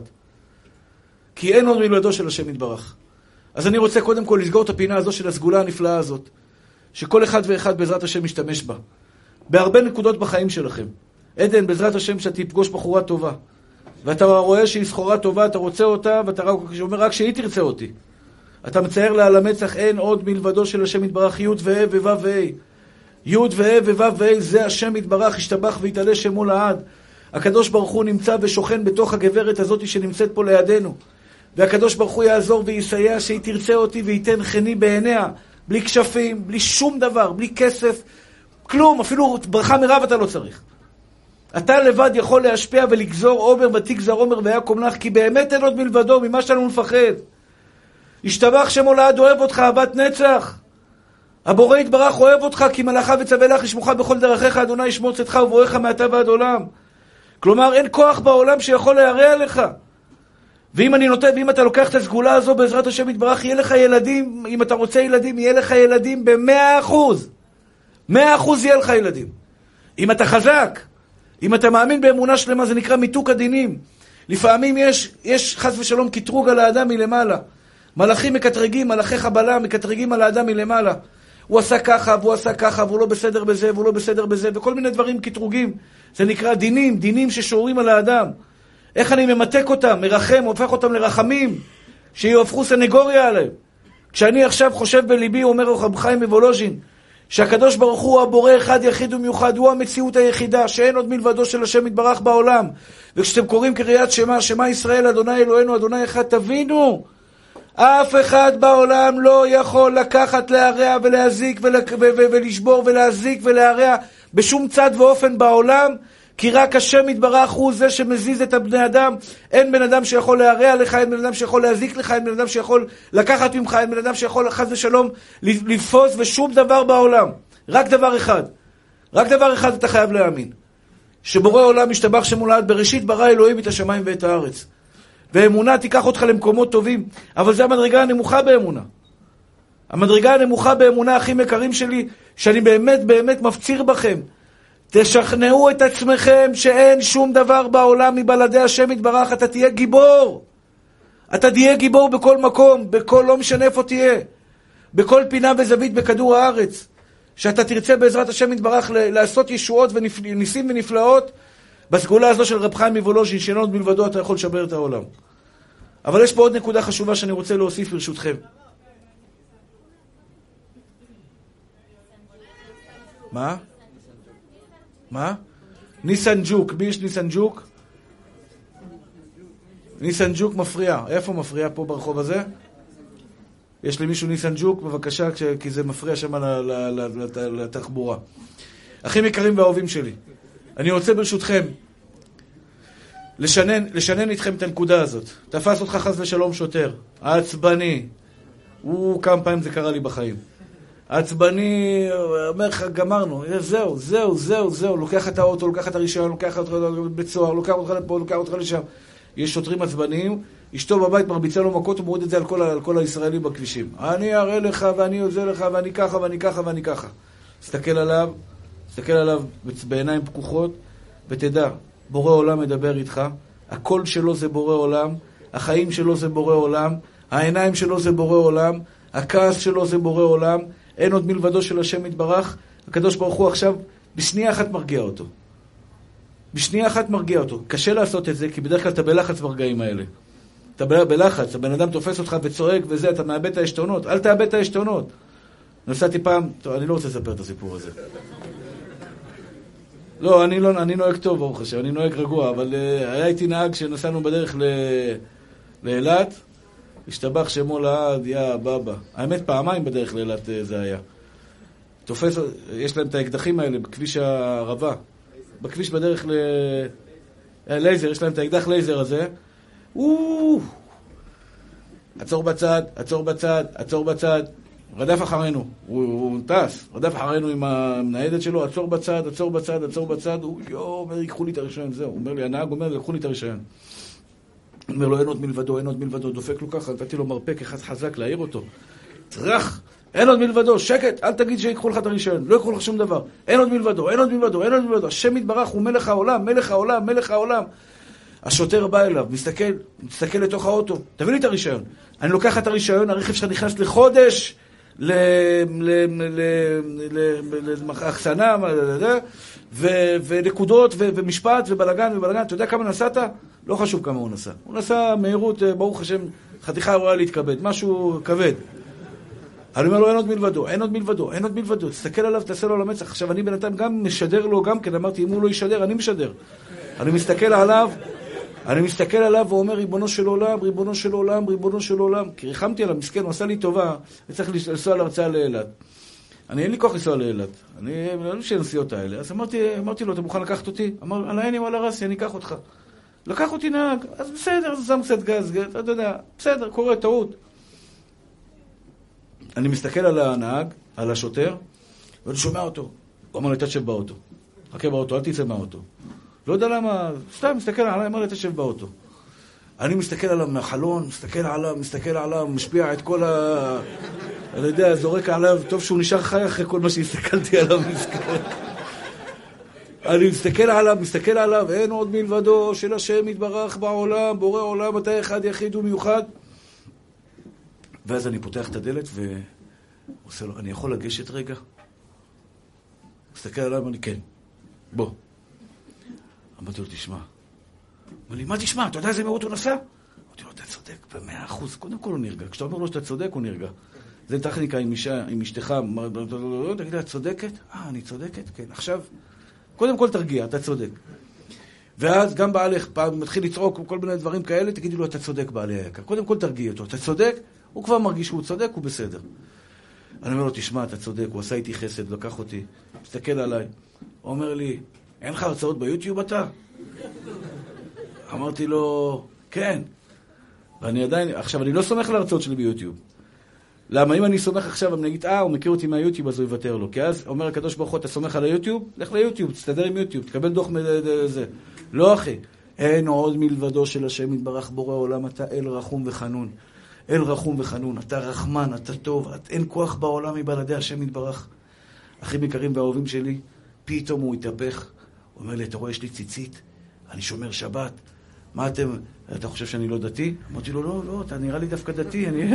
כי אין עוד מלבדו של השם יתברך. אז אני רוצה קודם כל לסגור את הפינה הזו של הסגולה הנפלאה הזאת. שכל אחד ואחד בעזרת השם משתמש בה. בהרבה נקודות בחיים שלכם. עדן, בעזרת השם שאתה תפגוש בחורה טובה. ואתה רואה שהיא סחורה טובה, אתה רוצה אותה, ואתה אומר רק שהיא תרצה אותי. אתה מצייר לה על המצח, אין עוד מלבדו של השם יתברך, י' וה' וו' וה'. י' וה' וו' וה' זה השם יתברך, ישתבח ויתעלה שמו לעד. הקדוש ברוך הוא נמצא ושוכן בתוך הגברת הזאת שנמצאת פה לידינו. והקדוש ברוך הוא יעזור ויסייע שהיא תרצה אותי וייתן חני בעיניה, בלי כשפים, בלי שום דבר, בלי כסף, כלום, אפילו ברכה מרב אתה לא צריך. אתה לבד יכול להשפיע ולגזור עומר ותגזר עומר ויקום לך, כי באמת אין עוד מלבדו, ממה שלנו נפחד. ישתבח שמו לעד, אוהב אותך אהבת נצח. הבורא יתברך אוהב אותך, כי מלאכה וצווה לך ישמוך בכל דרכיך, אדוני ישמור צאתך ובואך מעתה ועד עולם. כלומר, אין כוח בעולם שיכול להרע לך. ואם אתה לוקח את הסגולה הזו בעזרת השם יתברך, יהיה לך ילדים, אם אתה רוצה ילדים, יהיה לך ילדים ב100%. 100% יהיה לך ילדים. אם אתה חזק, אם אתה מאמין באמונה שלמה, זה נקרא מיתוק הדינים. לפעמים יש חס ושלום קטרוג על האדם מלמעלה. מלאכים מקטרגים, מלאכי חבלה מקטרגים על האדם מלמעלה. הוא עשה ככה, והוא עשה ככה, והוא לא בסדר בזה, והוא לא בסדר בזה, וכל מיני דברים קטרוגים. זה נקרא דינים ששורים על האדם. איך אני ממתק אותם, מרחם, הופך אותם לרחמים, שיהפכו סנגוריה עליהם. כשאני עכשיו חושב בליבי, אומר רב חיים מוולוז'ין, שהקדוש ברוך הוא הבורא אחד יחיד ומיוחד, הוא המציאות היחידה, שאין עוד מלבדו של השם יתברך בעולם. וכשאתם קוראים קריאת שמע, שמע ישראל, אדוני אלוהינו, אדוני אחד, תבינו, אף אחד בעולם לא יכול לקחת, להרע ולהזיק ולשבור ולהזיק ולהרע בשום צד ואופן בעולם, כי רק השם יתברך הוא זה שמזיז את הבני אדם. אין בן אדם שיכול להרע לך, אין בן אדם שיכול להזיק לך, אין בן אדם שיכול לקחת ממך, אין בן אדם שיכול חס ושלום לפוס ושום דבר בעולם. רק דבר אחד אתה חייב להאמין, שבורא עולם משתבח שמו לעד, בראשית ברא אלוהים את השמיים ואת הארץ. ואמונה תיקח אותך למקומות טובים, אבל זה המדרגה הנמוכה באמונה. המדרגה הנמוכה באמונה, אחים יקרים שלי, שאני באמת מפציר בכם, תשכנעו את עצמכם שאין שום דבר בעולם מבלעדי השם יתברך. אתה תהיה גיבור. אתה תהיה גיבור בכל מקום, לא משנה איפה תהיה. בכל פינה וזווית בכדור הארץ. שאתה תרצה בעזרת השם יתברך לעשות ישועות וניסים ונפלאות, בסגולה הזו של רב חיים מוולוז'ין, שאין עוד מלבדו אתה יכול לשבר את העולם. אבל יש פה עוד נקודה חשובה שאני רוצה להוסיף ברשותכם. מה? מה? ניסן ג'וק. מי יש ניסן ג'וק? ניסן ג'וק מפריע. איפה מפריע פה ברחוב הזה? יש לי מישהו ניסן ג'וק? בבקשה, כי זה מפריע שם לתחבורה. אחים יקרים ואהובים שלי, אני רוצה ברשותכם לשנן איתכם את הנקודה הזאת. תפס אותך חס ושלום שוטר, העצבני, כמה פעמים זה קרה לי בחיים. העצבני, אומר לך, גמרנו, זהו, לוקח את האוטו, לוקח את הרישיון, לוקח אותך לבית סוהר, לוקח אותך לפה, לוקח אותך לשם. יש שוטרים עצבניים, אשתו בבית מרביצה לו מכות ומוריד את זה על כל הישראלים בכבישים. אני אראה לך ואני עוזר לך ואני ככה ואני ככה ואני ככה. תסתכל עליו בעיניים פקוחות ותדע, בורא עולם מדבר איתך, הקול שלו זה בורא עולם, החיים שלו זה בורא עולם, העיניים שלו זה בורא עולם, הכעס שלו זה בורא עולם, אין עוד מלבדו של השם יתברך. הקדוש ברוך הוא עכשיו בשנייה אחת מרגיע אותו. בשנייה אחת מרגיע אותו. קשה לעשות את זה, כי בדרך כלל אתה בלחץ ברגעים האלה. אתה בלחץ, הבן אדם תופס אותך וצועק וזה, אתה מאבד את העשתונות. אל תאבד את העשתונות. נסעתי פעם, טוב, אני לא רוצה לספר את הסיפור הזה. לא, אני נוהג טוב, ברוך השם, אני נוהג רגוע, אבל היה איתי נהג שנסענו בדרך לאילת, השתבח שמו לעד, יא בבא. האמת, פעמיים בדרך לאילת זה היה. תופס, יש להם את האקדחים האלה בכביש הערבה. בכביש בדרך ללייזר, יש להם את האקדח לייזר הזה. עצור בצד. רדף אחרינו. הוא טס. רדף אחרינו עם המניידת שלו. עצור בצד. הוא אומר, ייקחו לי את הרישיון. זהו. הוא אומר לי, הנהג אומר, ייקחו לי את הרישיון. הוא אומר לו, אין עוד מלבדו. דופק לו ככה. נתתי לו מרפק אחד חזק להעיר אותו. טרח. אין עוד מלבדו, שקט, אל תגיד שיקחו לך את הרישיון, לא יקחו לך שום דבר. אין עוד מלבדו. השם יתברך הוא מלך העולם. השוטר בא אליו, מסתכל לתוך האוטו, תביא לי את הרישיון. אני לוקח את הרישיון, הרכב שלך נכנס לחודש, לאחסנה, ונקודות, ומשפט, ובלגן. אתה יודע כמה נסעת? לא חשוב כמה הוא נסע. הוא נסע מהירות, ברוך השם, חתיכה רואה להתכבד, משהו כבד. אני אומר לו, אין עוד מלבדו. תסתכל עליו, תעשה לו למצח. עכשיו, אני בינתיים גם משדר לו, גם כן, אמרתי, אם הוא לא ישדר, אני משדר. אני מסתכל עליו ואומר, ריבונו של עולם. כי ריחמתי עליו, מסכן, הוא עשה לי טובה, וצריך לנסוע להרצאה לאילת. אין לי כוח לנסוע לאילת. אני לא יודע הנסיעות האלה. אז אמרתי לו, אתה מוכן לקחת אותי? אמר, על העיני ועל הרסי, אני אקח אותך. לקח אותי נהג, אז בסדר, אז שם קצת גז, אתה יודע, בסדר, קורה, טעות. אני מסתכל על הנהג, על השוטר, ואני שומע אותו. הוא אמר לי, תשב באוטו. חכה באוטו, אל תצא מהאוטו. לא יודע למה, סתם מסתכל עליי, אמר לי, תשב באוטו. אני מסתכל עליו מהחלון, מסתכל עליו, משפיע את כל אני יודע, זורק עליו, טוב שהוא נשאר חי אחרי כל מה שהסתכלתי עליו. אני מסתכל עליו, אין עוד מלבדו של השם יתברך בעולם, בורא עולם, אתה אחד יחיד ומיוחד. ואז אני פותח את הדלת ועושה לו, אני יכול לגשת רגע? מסתכל עליו, אמר לי, כן, בוא. אמרתי לו, תשמע. אמר לי, מה תשמע? אתה יודע איזה מהירות הוא נסע? אמרתי לו, אתה צודק, ב100%. קודם כל הוא נרגע. כשאתה אומר לו שאתה צודק, הוא נרגע. זה טכניקה עם אשתך. תגיד לה, את צודקת? אני צודקת? כן. עכשיו, קודם כל תרגיע, אתה צודק. ואז גם בעלך פעם מתחיל לצעוק כל מיני דברים כאלה, תגידי לו, אתה צודק בעלי היקר. קודם כל תרגיע אותו, אתה צודק? הוא כבר מרגיש שהוא צודק, הוא בסדר. אני אומר לו, תשמע, אתה צודק, הוא עשה איתי חסד, לקח אותי, מסתכל עליי. הוא אומר לי, אין לך הרצאות ביוטיוב אתה? אמרתי לו, כן. ואני עדיין, עכשיו אני לא סומך על ההרצאות שלי ביוטיוב. למה אם אני סומך עכשיו, אני אגיד, הוא מכיר אותי מהיוטיוב, אז הוא יוותר לו. כי אז אומר הקדוש ברוך הוא, אתה סומך על היוטיוב? לך ליוטיוב, תסתדר עם יוטיוב, תקבל דוח מזה. לא אחי, אין עוד מלבדו של השם יתברך בורא עולם, אתה אל רחום וחנון. אל רחום וחנון, אתה רחמן, אתה טוב, אין כוח בעולם מבלעדי השם יתברך. אחים יקרים ואהובים שלי, פתאום הוא התהפך. הוא אומר לי, אתה רואה, יש לי ציצית, אני שומר שבת. מה אתה חושב שאני לא דתי? אמרתי לו, לא, אתה נראה לי דווקא דתי, אני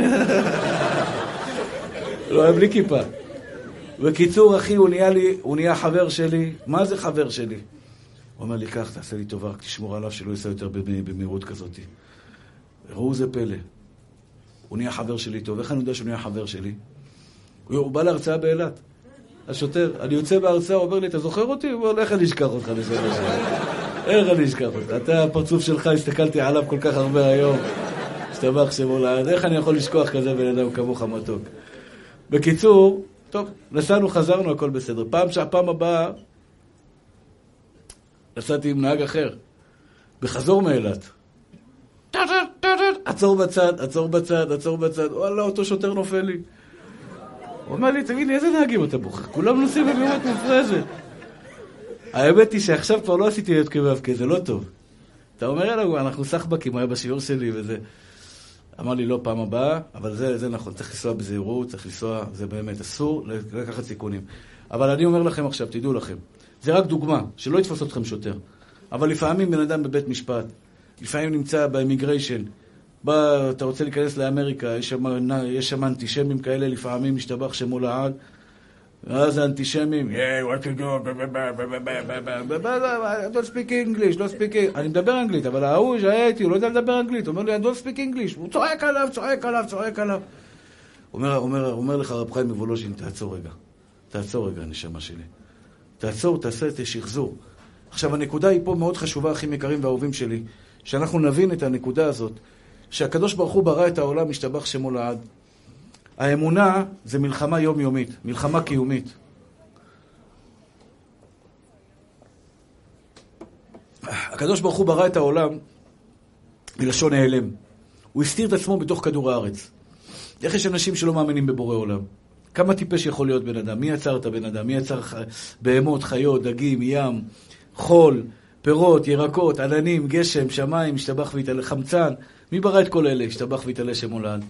לא אוהב לי כיפה. בקיצור, אחי, הוא נהיה חבר שלי. מה זה חבר שלי? הוא אומר לי, כך, תעשה לי טובה, תשמור עליו שלא ייסע יותר במהירות כזאת. ראו זה פלא. הוא נהיה חבר שלי טוב. איך אני יודע שהוא נהיה חבר שלי? הוא בא להרצאה באילת. השוטר, אני יוצא בהרצאה, הוא אומר לי, אתה זוכר אותי? הוא אומר לי, איך אני אשכח אותך לשם השם? איך אני אשכח אותך? אתה, הפרצוף שלך, הסתכלתי עליו כל כך הרבה היום. השתבח שמו לעד. איך אני יכול לשכוח כזה בן אדם כמוך מתוק? בקיצור, טוב, נסענו, חזרנו, הכל בסדר. פעם הבאה, נסעתי עם נהג אחר, בחזור מאילת. עצור בצד. וואלה, אותו שוטר נופל לי. הוא אומר לי, תגיד לי, איזה נהגים אתה בוחר? כולם נוסעים במהירות מופרזת. האמת היא שעכשיו כבר לא עשיתי להיות כבב, כי זה לא טוב. אתה אומר, יאללה, אנחנו סחבקים, היה בשיעור שלי וזה. אמר לי, לא, פעם הבאה, אבל זה נכון, צריך לנסוע בזהירות, צריך לנסוע, זה באמת אסור, לקחת סיכונים. אבל אני אומר לכם עכשיו, תדעו לכם, זה רק דוגמה, שלא יתפוס אתכם שוטר. אבל לפעמים בן אדם בבית משפט, לפעמים נמצא באימיגריישן, אתה רוצה להיכנס לאמריקה, יש שם אנטישמים כאלה, לפעמים משתבח שמו לעד, אז האנטישמים, what to do, don't speak English, don't speak English. אני מדבר אנגלית, אבל ההוא שהיה איתי, הוא לא יודע לדבר אנגלית, הוא אומר לי, don't speak English, הוא צועק עליו. אומר לך רב חיים מוולוז'ין, תעצור רגע, הנשמה שלי. תעצור, תעשה את השחזור. עכשיו, הנקודה היא פה מאוד חשובה, אחים יקרים ואהובים שלי, שאנחנו נבין את הנקודה הזאת, שהקדוש ברוך הוא ברא את העולם, משתבח שמו לעד. האמונה זה מלחמה יומיומית, מלחמה קיומית. הקדוש ברוך הוא ברא את העולם מלשון העלם. הוא הסתיר את עצמו בתוך כדור הארץ. איך יש אנשים שלא מאמינים בבורא עולם? כמה טיפש יכול להיות בן אדם? מי יצר את הבן אדם? מי יצר בהמות, חיות, דגים, ים, חול, פירות, ירקות, עננים, גשם, שמיים, השתבח והתעלה, חמצן? מי ברא את כל אלה? השתבח והתעלה שמו לעד.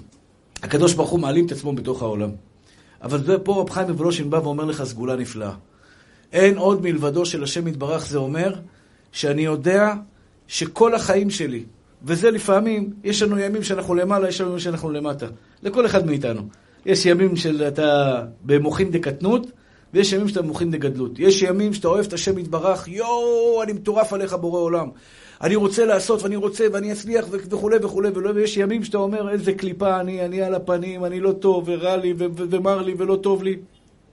הקדוש ברוך הוא מעלים את עצמו בתוך העולם. אבל פה רב חיים מוולוז'ין בא ואומר לך סגולה נפלאה. אין עוד מלבדו של השם יתברך, זה אומר שאני יודע שכל החיים שלי, וזה לפעמים, יש לנו ימים שאנחנו למעלה, יש לנו ימים שאנחנו למטה. לכל אחד מאיתנו. יש ימים שאתה במוחין דקטנות, ויש ימים שאתה במוחין דגדלות. יש ימים שאתה אוהב את השם יתברך, אני מטורף עליך בורא עולם. אני רוצה לעשות ואני רוצה ואני אצליח וכו' וכו', ויש ימים שאתה אומר איזה קליפה אני על הפנים, אני לא טוב ורע לי ומר לי ולא טוב לי.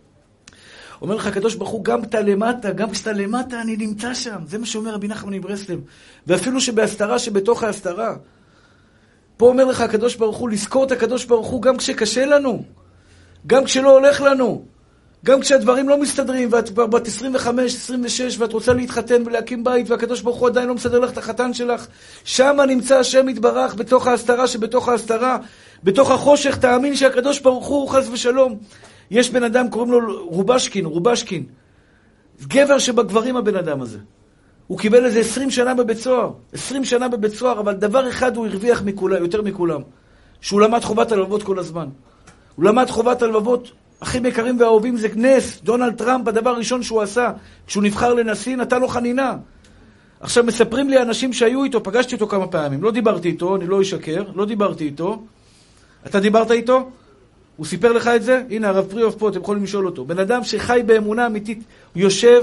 אומר לך הקדוש ברוך הוא, גם כשאתה למטה אני נמצא שם. זה מה שאומר רבי נחמן מברסלב. ואפילו שבהסתרה שבתוך ההסתרה. פה אומר לך הקדוש ברוך הוא, לזכור את הקדוש ברוך הוא גם כשקשה לנו, גם כשלא הולך לנו, גם כשהדברים לא מסתדרים, ואת כבר בת 25, 26, ואת רוצה להתחתן ולהקים בית, והקדוש ברוך הוא עדיין לא מסדר לך את החתן שלך, שם נמצא השם יתברך, בתוך ההסתרה שבתוך ההסתרה, בתוך החושך, תאמין שהקדוש ברוך הוא חס ושלום. יש בן אדם, קוראים לו רובשקין, גבר שבגברים הבן אדם הזה. הוא קיבל איזה 20 שנה בבית סוהר, אבל דבר אחד הוא הרוויח יותר מכולם, שהוא למד חובת הלבבות כל הזמן. הוא למד חובת הלבבות. אחים יקרים ואהובים, זה נס. דונלד טראמפ, הדבר הראשון שהוא עשה, כשהוא נבחר לנשיא, נתן לו חנינה. עכשיו מספרים לי אנשים שהיו איתו, פגשתי אותו כמה פעמים, לא דיברתי איתו, אני לא אשקר, לא דיברתי איתו. אתה דיברת איתו? הוא סיפר לך את זה? הנה, הרב פריאוף פה, אתם יכולים לשאול אותו. בן אדם שחי באמונה אמיתית, הוא יושב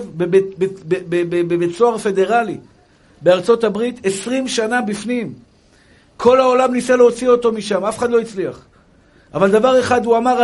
בבית סוהר פדרלי, בארצות הברית, 20 שנה בפנים. כל העולם ניסה להוציא אותו משם, אף אחד לא הצליח. אבל דבר אחד הוא אמר,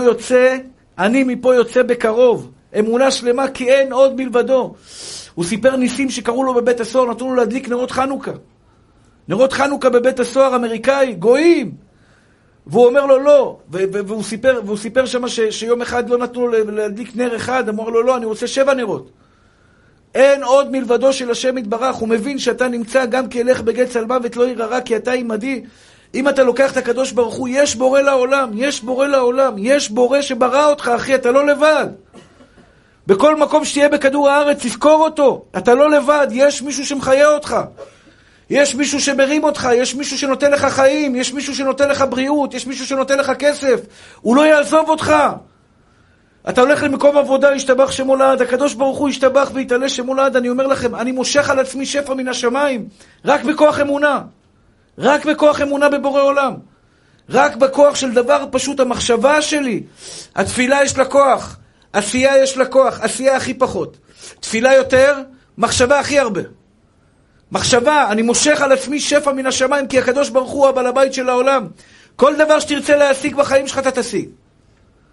אני מפה יוצא בקרוב. אמונה שלמה, כי אין עוד מלבדו. הוא סיפר ניסים שקראו לו בבית הסוהר, נתנו לו להדליק נרות חנוכה. נרות חנוכה בבית הסוהר אמריקאי, גויים. והוא אומר לו לא, והוא סיפר שם שיום אחד לא נתנו לו להדליק נר אחד, אמר לו לא, אני רוצה 7 נרות. אין עוד מלבדו של השם יתברך. הוא מבין שאתה נמצא גם כהלך בגט צלמוות לא ירא רע, כי אתה עמדי. אם אתה לוקח את הקדוש ברוך הוא, יש בורא לעולם, יש בורא שברא אותך, אחי, אתה לא לבד. בכל מקום שתהיה בכדור הארץ, תזכור אותו, אתה לא לבד, יש מישהו שמחיה אותך, יש מישהו שמרים אותך, יש מישהו שנותן לך חיים, יש מישהו שנותן לך בריאות, יש מישהו שנותן לך כסף, הוא לא יעזוב אותך. אתה הולך למקום עבודה, ישתבח שמו לעד, הקדוש ברוך הוא ישתבח ויתעלה שמו לעד. אני אומר לכם, אני מושך על עצמי שפע מן השמיים, רק בכוח אמונה. רק בכוח אמונה בבורא עולם. רק בכוח של דבר פשוט, המחשבה שלי. התפילה יש לה כוח. עשייה יש לה כוח. עשייה הכי פחות. תפילה יותר, מחשבה הכי הרבה. מחשבה, אני מושך על עצמי שפע מן השמיים, כי הקדוש ברוך הוא הבעל הבית של העולם. כל דבר שתרצה להשיג בחיים שלך אתה תשיג.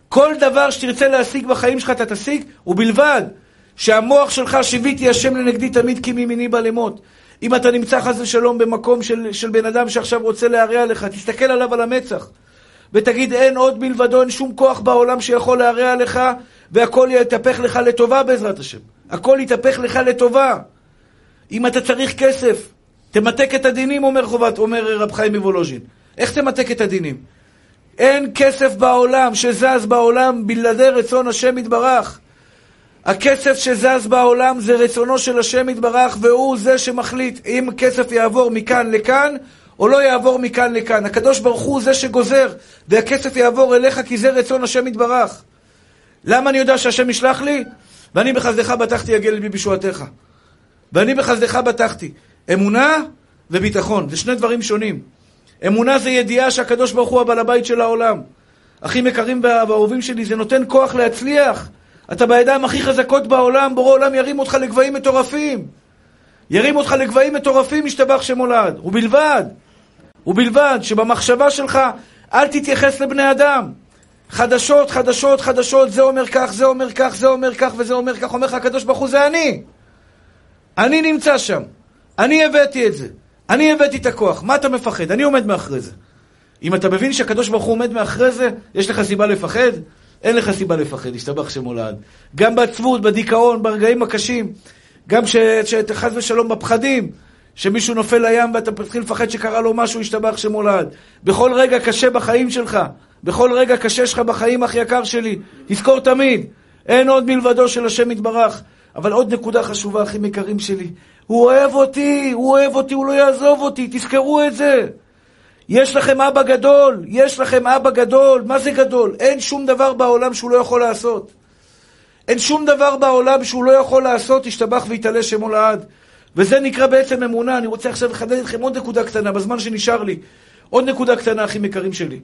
כל דבר שתרצה להשיג בחיים שלך אתה תשיג, ובלבד שהמוח שלך שיביתי השם לנגדי תמיד כי מימיני בא למות. אם אתה נמצא חס ושלום במקום של בן אדם שעכשיו רוצה להרע לך, תסתכל עליו על המצח ותגיד אין עוד מלבדו, אין שום כוח בעולם שיכול להרע לך, והכל יתהפך לך לטובה בעזרת השם. הכל יתהפך לך לטובה. אם אתה צריך כסף, תמתק את הדינים, אומר רב חיים מוולוז'ין. איך תמתק את הדינים? אין כסף בעולם שזז בעולם בלעדי רצון השם יתברך. הכסף שזז בעולם זה רצונו של השם יתברך, והוא זה שמחליט אם כסף יעבור מכאן לכאן או לא יעבור מכאן לכאן. הקדוש ברוך הוא זה שגוזר, והכסף יעבור אליך כי זה רצון השם יתברך. למה אני יודע שהשם ישלח לי? ואני בחסדך בטחתי יגל בי בישועתך. ואני בחסדך בטחתי. אמונה וביטחון, זה שני דברים שונים. אמונה זה ידיעה שהקדוש ברוך הוא הבעל הבית של העולם. הכי מקרים והאהובים שלי, זה נותן כוח להצליח. אתה בידיים הכי חזקות בעולם, בורא עולם ירים אותך לגבהים מטורפים. ירים אותך לגבהים מטורפים, ישתבח שמולד. ובלבד שבמחשבה שלך אל תתייחס לבני אדם. חדשות, חדשות, חדשות, זה אומר כך, זה אומר כך, זה אומר כך, וזה אומר כך. אומר לך הקדוש ברוך הוא, זה אני. אני נמצא שם. אני הבאתי את זה. אני הבאתי את הכוח. מה אתה מפחד? אני עומד מאחרי זה. אם אתה מבין שהקדוש ברוך הוא עומד מאחרי זה, יש לך סיבה לפחד? אין לך סיבה לפחד, ישתבח שמולד. גם בעצבות, בדיכאון, ברגעים הקשים, גם שחס ושלום בפחדים, שמישהו נופל לים ואתה מתחיל לפחד שקרה לו משהו, ישתבח שמולד. בכל רגע קשה בחיים שלך, בכל רגע קשה שלך בחיים, אח יקר שלי, תזכור תמיד, אין עוד מלבדו של השם יתברך. אבל עוד נקודה חשובה, אחים יקרים שלי, הוא אוהב אותי, הוא לא יעזוב אותי, תזכרו את זה. יש לכם אבא גדול, יש לכם אבא גדול. מה זה גדול? אין שום דבר בעולם שהוא לא יכול לעשות. אין שום דבר בעולם שהוא לא יכול לעשות, ישתבח ויתעלה שמו לעד. וזה נקרא בעצם אמונה. אני רוצה עכשיו לחדד אתכם עוד נקודה קטנה, בזמן שנשאר לי. עוד נקודה קטנה, אחים יקרים שלי.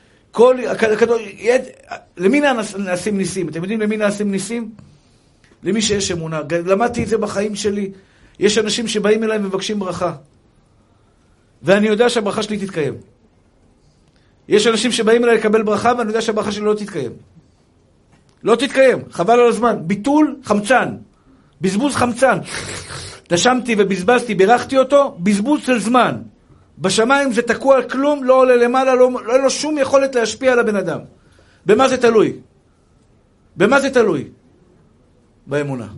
למי נעשים ניסים? אתם יודעים למי נעשים ניסים? למי שיש אמונה. למדתי את זה בחיים שלי. יש אנשים שבאים אליי ומבקשים ברכה. ואני יודע שהברכה שלי תתקיים. יש אנשים שבאים אליי לקבל ברכה, ואני יודע שהברכה שלי לא תתקיים. לא תתקיים, חבל על הזמן. ביטול חמצן. בזבוז חמצן. נשמתי ובזבזתי, בירכתי אותו, בזבוז של זמן. בשמיים זה תקוע על כלום, לא עולה למעלה, לא לו שום יכולת להשפיע על הבן אדם. במה זה תלוי? במה זה תלוי? באמונה.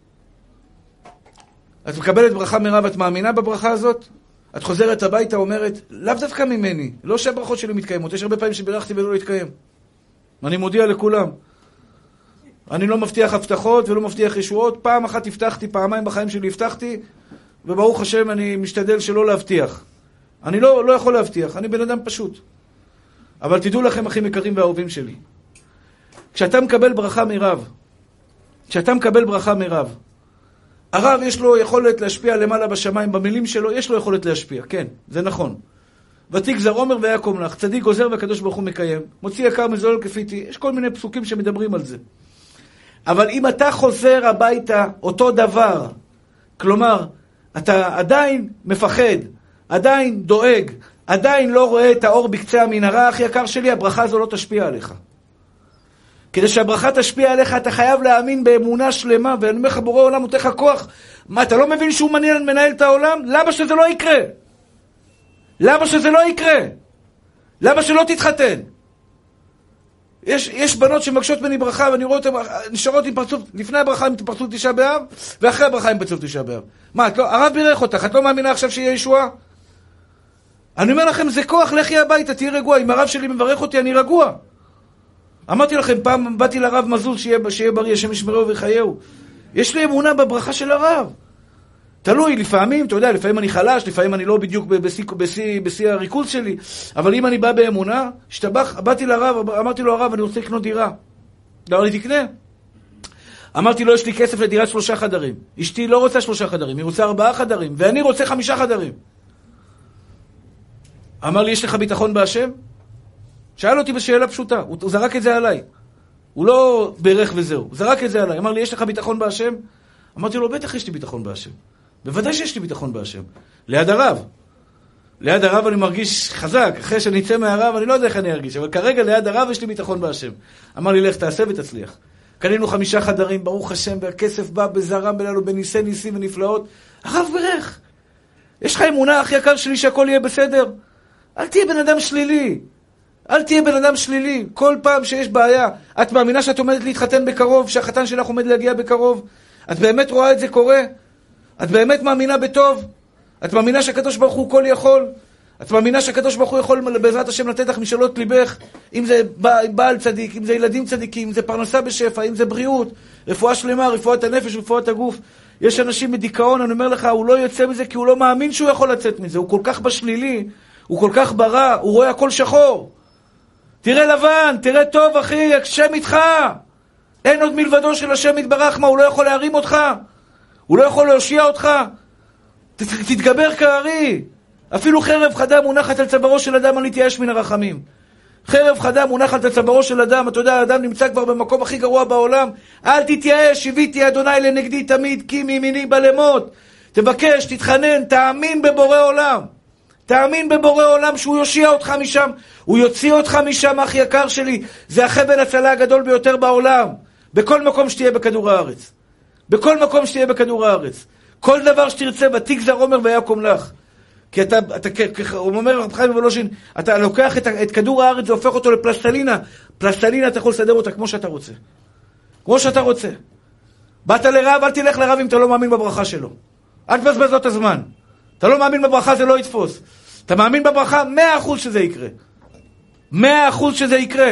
את מקבלת ברכה מרב, את מאמינה בברכה הזאת? את חוזרת הביתה, אומרת, לאו דווקא ממני, לא שהברכות שלי מתקיימות, יש הרבה פעמים שבירכתי ולא להתקיים. אני מודיע לכולם. אני לא מבטיח הבטחות ולא מבטיח ישועות, פעם אחת הבטחתי, פעמיים בחיים שלי הבטחתי, וברוך השם אני משתדל שלא להבטיח. אני לא יכול להבטיח, אני בן אדם פשוט. אבל תדעו לכם, אחים יקרים ואהובים שלי, כשאתה מקבל ברכה מרב, הרב יש לו יכולת להשפיע למעלה בשמיים, במילים שלו יש לו יכולת להשפיע, כן, זה נכון. ותגזר עומר ויקום לך, צדיק גוזר והקדוש ברוך הוא מקיים, מוציא יקר מזולל כפיתי, יש כל מיני פסוקים שמדברים על זה. אבל אם אתה חוזר הביתה אותו דבר, כלומר, אתה עדיין מפחד, עדיין דואג, עדיין לא רואה את האור בקצה המנהרה, אח יקר שלי, הברכה הזו לא תשפיע עליך. כדי שהברכה תשפיע עליך, אתה חייב להאמין באמונה שלמה, ואני אומר לך, בורא עולם נותן לך כוח. מה, אתה לא מבין שהוא מנהל את העולם? למה שזה לא יקרה? למה שזה לא יקרה? למה שלא תתחתן? יש בנות שמבקשות ממני ברכה, ואני רואה אותן נשארות עם פרצוף, לפני הברכה עם פרצוף תשעה באב, ואחרי הברכה עם פרצוף תשעה באב. מה, הרב בירך אותך, את לא מאמינה עכשיו שיהיה ישועה? אני אומר לכם, זה כוח, לכי הביתה, תהיה רגוע. אם הרב שלי מברך אותי, אני רגוע. אמרתי לכם, פעם באתי לרב מזוז, שיהיה בריא, השם ישמרהו ויחייהו. יש לי אמונה בברכה של הרב. תלוי, לפעמים, אתה יודע, לפעמים אני חלש, לפעמים אני לא בדיוק בשיא הריכוז שלי, אבל אם אני בא באמונה, השתבח, באתי לרב, אמרתי לו, הרב, אני רוצה לקנות דירה. לא, אני תקנה. אמרתי לו, יש לי כסף לדירת 3 חדרים. אשתי לא רוצה 3 חדרים, היא רוצה 4 חדרים, ואני רוצה 5 חדרים. אמר לי, יש לך ביטחון בהשם? שאל אותי בשאלה פשוטה, הוא זרק את זה עליי. הוא לא ברך וזהו, הוא זרק את זה עליי. אמר לי, יש לך ביטחון בהשם? אמרתי לו, בטח יש לי ביטחון בהשם. בוודאי שיש לי ביטחון בהשם. ליד הרב. ליד הרב אני מרגיש חזק, אחרי שאני אצא מהרב אני לא יודע איך אני ארגיש, אבל כרגע ליד הרב יש לי ביטחון בהשם. אמר לי, לך תעשה ותצליח. קנינו 5 חדרים, ברוך השם, והכסף בא בזרם בלנו, בניסי ניסים ונפלאות. הרב ברך, יש לך אמונה, אח יקר שלי, שהכל יהיה בסדר? אל תהיה בן אדם שלילי. אל תהיה בן אדם שלילי. כל פעם שיש בעיה, את מאמינה שאת עומדת להתחתן בקרוב, שהחתן שלך עומד להגיע בקרוב? את באמת רואה את זה קורה? את באמת מאמינה בטוב? את מאמינה שהקדוש ברוך הוא כל יכול? את מאמינה שהקדוש ברוך הוא יכול בעזרת השם לתת לך משאלות ליבך? אם זה בעל צדיק, אם זה ילדים צדיקים, אם זה פרנסה בשפע, אם זה בריאות, רפואה שלמה, רפואת הנפש ורפואת הגוף. יש אנשים בדיכאון, אני אומר לך, הוא לא יוצא מזה כי הוא לא מאמין שהוא יכול לצאת מזה. הוא כל כך בשלילי, הוא כל כך ברע, הוא רואה הכל שחור. תראה לבן, תראה טוב אחי, השם איתך. אין עוד מלבדו של השם יתברך, מה, הוא לא יכול להרים אותך? הוא לא יכול להושיע אותך? תתגבר כארי. אפילו חרב חדה מונחת על צווארו של אדם, אל תתייאש מן הרחמים. חרב חדה מונחת על צווארו של אדם, אתה יודע, האדם נמצא כבר במקום הכי גרוע בעולם. אל תתייאש, הביתי אדוני לנגדי תמיד, כי מימיני בא למות. תבקש, תתחנן, תאמין בבורא עולם. תאמין בבורא עולם שהוא יושיע אותך משם, הוא יוציא אותך משם, אח יקר שלי. זה החבל הצלה הגדול ביותר בעולם. בכל מקום שתהיה בכדור הארץ. בכל מקום שתהיה בכדור הארץ. כל דבר שתרצה, ותגזר עומר ויקום לך. כי אתה אומר רב חיים ולושין, אתה לוקח את כדור הארץ, זה הופך אותו לפלסטלינה. פלסטלינה אתה יכול לסדר אותה כמו שאתה רוצה. כמו שאתה רוצה. באת לרב, אל תלך לרב אם אתה לא מאמין בברכה שלו. אל תבזבז לו את הזמן. אתה לא מאמין בברכה, זה לא יתפוס. אתה מאמין בברכה, 100% שזה יקרה. 100% שזה יקרה.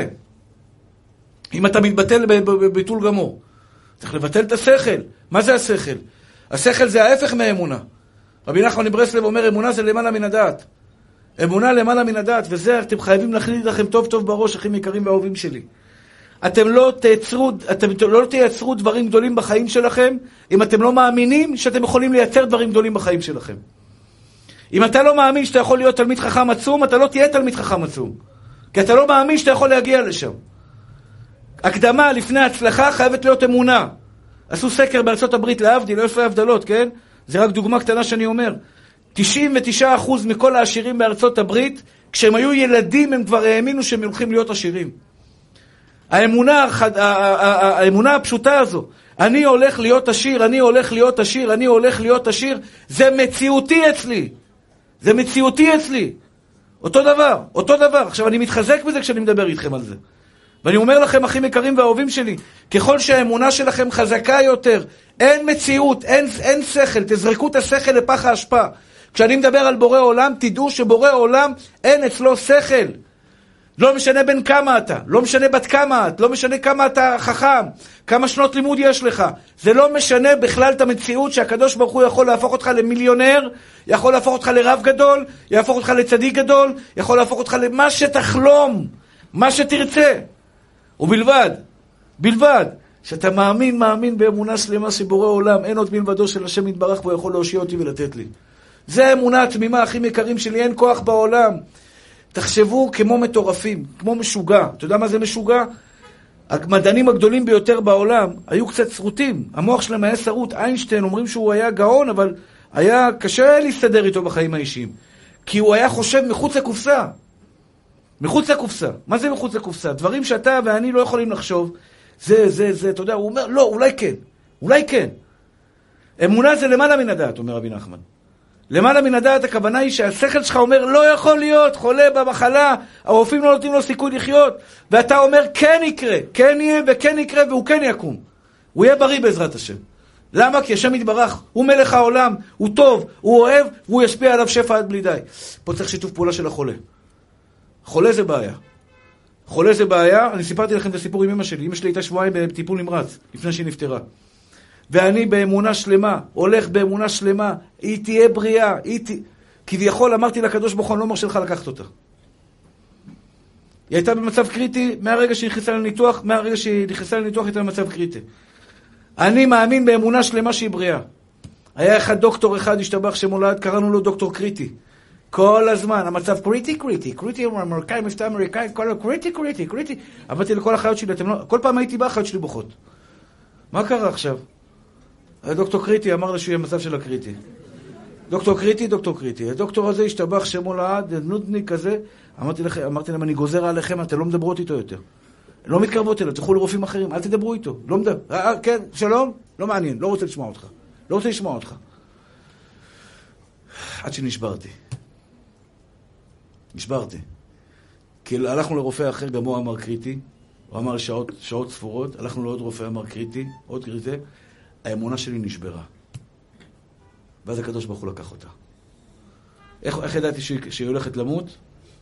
אם אתה מתבטל בביטול גמור. צריך לבטל את השכל. מה זה השכל? השכל זה ההפך מהאמונה. רבי נחמן מברסלב אומר, אמונה זה למעלה מן הדעת. אמונה למעלה מן הדעת, וזה אתם חייבים להכניס לכם טוב טוב בראש, אחים יקרים ואהובים שלי. אתם לא תייצרו דברים גדולים בחיים שלכם, אם אתם לא מאמינים שאתם יכולים לייצר דברים גדולים בחיים שלכם. אם אתה לא מאמין שאתה יכול להיות תלמיד חכם עצום, אתה לא תהיה תלמיד חכם עצום. כי אתה לא מאמין שאתה יכול להגיע לשם. הקדמה לפני הצלחה חייבת להיות אמונה. עשו סקר בארצות הברית להבדיל, לא יש הבדלות, כן? זה רק דוגמה קטנה שאני אומר. 99% מכל העשירים בארצות הברית, כשהם היו ילדים הם כבר האמינו שהם הולכים להיות עשירים. האמונה הפשוטה הזו, אני הולך להיות עשיר, אני הולך להיות עשיר, אני הולך להיות עשיר, זה מציאותי אצלי. זה מציאותי אצלי. אותו דבר, אותו דבר. עכשיו אני מתחזק בזה כשאני מדבר איתכם על זה. ואני אומר לכם, אחים יקרים ואהובים שלי, ככל שהאמונה שלכם חזקה יותר, אין מציאות, אין שכל, תזרקו את השכל לפח האשפה. כשאני מדבר על בורא עולם, תדעו שבורא עולם אין אצלו שכל. לא משנה בין כמה אתה, לא משנה בת כמה את, לא משנה כמה אתה חכם, כמה שנות לימוד יש לך. זה לא משנה בכלל את המציאות שהקדוש ברוך הוא יכול להפוך אותך למיליונר, יכול להפוך אותך לרב גדול, יהפוך אותך לצדיק גדול, יכול להפוך אותך למה שתחלום, מה שתרצה. בלבד, שאתה מאמין באמונה שלמה שבורא עולם, אין עוד מלבדו של השם יתברך, והוא יכול להושיע אותי ולתת לי. זה האמונה התמימה, אחים יקרים שלי, אין כוח בעולם. תחשבו כמו מטורפים, כמו משוגע. אתה יודע מה זה משוגע? המדענים הגדולים ביותר בעולם היו קצת שרוטים. המוח שלהם היה שרוט. איינשטיין אומרים שהוא היה גאון, אבל היה קשה להסתדר איתו בחיים האישיים. כי הוא היה חושב מחוץ לקופסה. מחוץ לקופסה. מה זה מחוץ לקופסה? דברים שאתה ואני לא יכולים לחשוב. זה, אתה יודע, הוא אומר, לא, אולי כן. אמונה זה למעלה מן הדעת, אומר רבי נחמן. למעלה מן הדעת, הכוונה היא שהשכל שלך אומר, לא יכול להיות, חולה במחלה, הרופאים לא נותנים לו סיכוי לחיות, ואתה אומר, כן יקרה, כן יהיה וכן יקרה, והוא כן יקום. הוא יהיה בריא בעזרת השם. למה? כי השם יתברך, הוא מלך העולם, הוא טוב, הוא אוהב, והוא ישפיע עליו שפע עד בלי די. פה צריך שיתוף פעולה של החולה. חולה זה בעיה. אני סיפרתי לכם את הסיפור עם אמא שלי. אמא שלי הייתה שבועיים בטיפול נמרץ, לפני שהיא נפטרה. ואני באמונה שלמה, הולך באמונה שלמה, היא תהיה בריאה, כביכול אמרתי לקדוש ברוך הוא, אני לא מרשה לך לקחת אותה. היא הייתה במצב קריטי, מהרגע שהיא נכנסה לניתוח, הייתה במצב קריטי. אני מאמין באמונה שלמה שהיא בריאה. היה דוקטור אחד, השתבח שמולד, קראנו לו דוקטור קריטי. כל הזמן, המצב קריטי, אמריקאים, מבטא אמריקאים, קריטי. אמרתי לכל החיות שלי, כל פעם הייתי בא, החיות שלי בוכות. מה קרה עכשיו? הדוקטור קריטי אמר לה שהוא יהיה מצב של הקריטי. דוקטור קריטי. הדוקטור הזה השתבח שמו לעד, נודניק כזה. אמרתי להם, אני גוזר עליכם, אתם לא מדברות איתו יותר. לא מתקרבות אליו, תלכו לרופאים אחרים, אל תדברו איתו. לא מדבר. כן, שלום? לא מעניין, לא רוצה לשמוע אותך. עד שנשברתי. כי הלכנו לרופא אחר, גם הוא אמר קריטי. הוא אמר שעות ספורות, הלכנו לעוד רופא, אמר קריטי, עוד קריטי. האמונה שלי נשברה. ואז הקדוש ברוך הוא לקח אותה. איך ידעתי שהיא הולכת למות?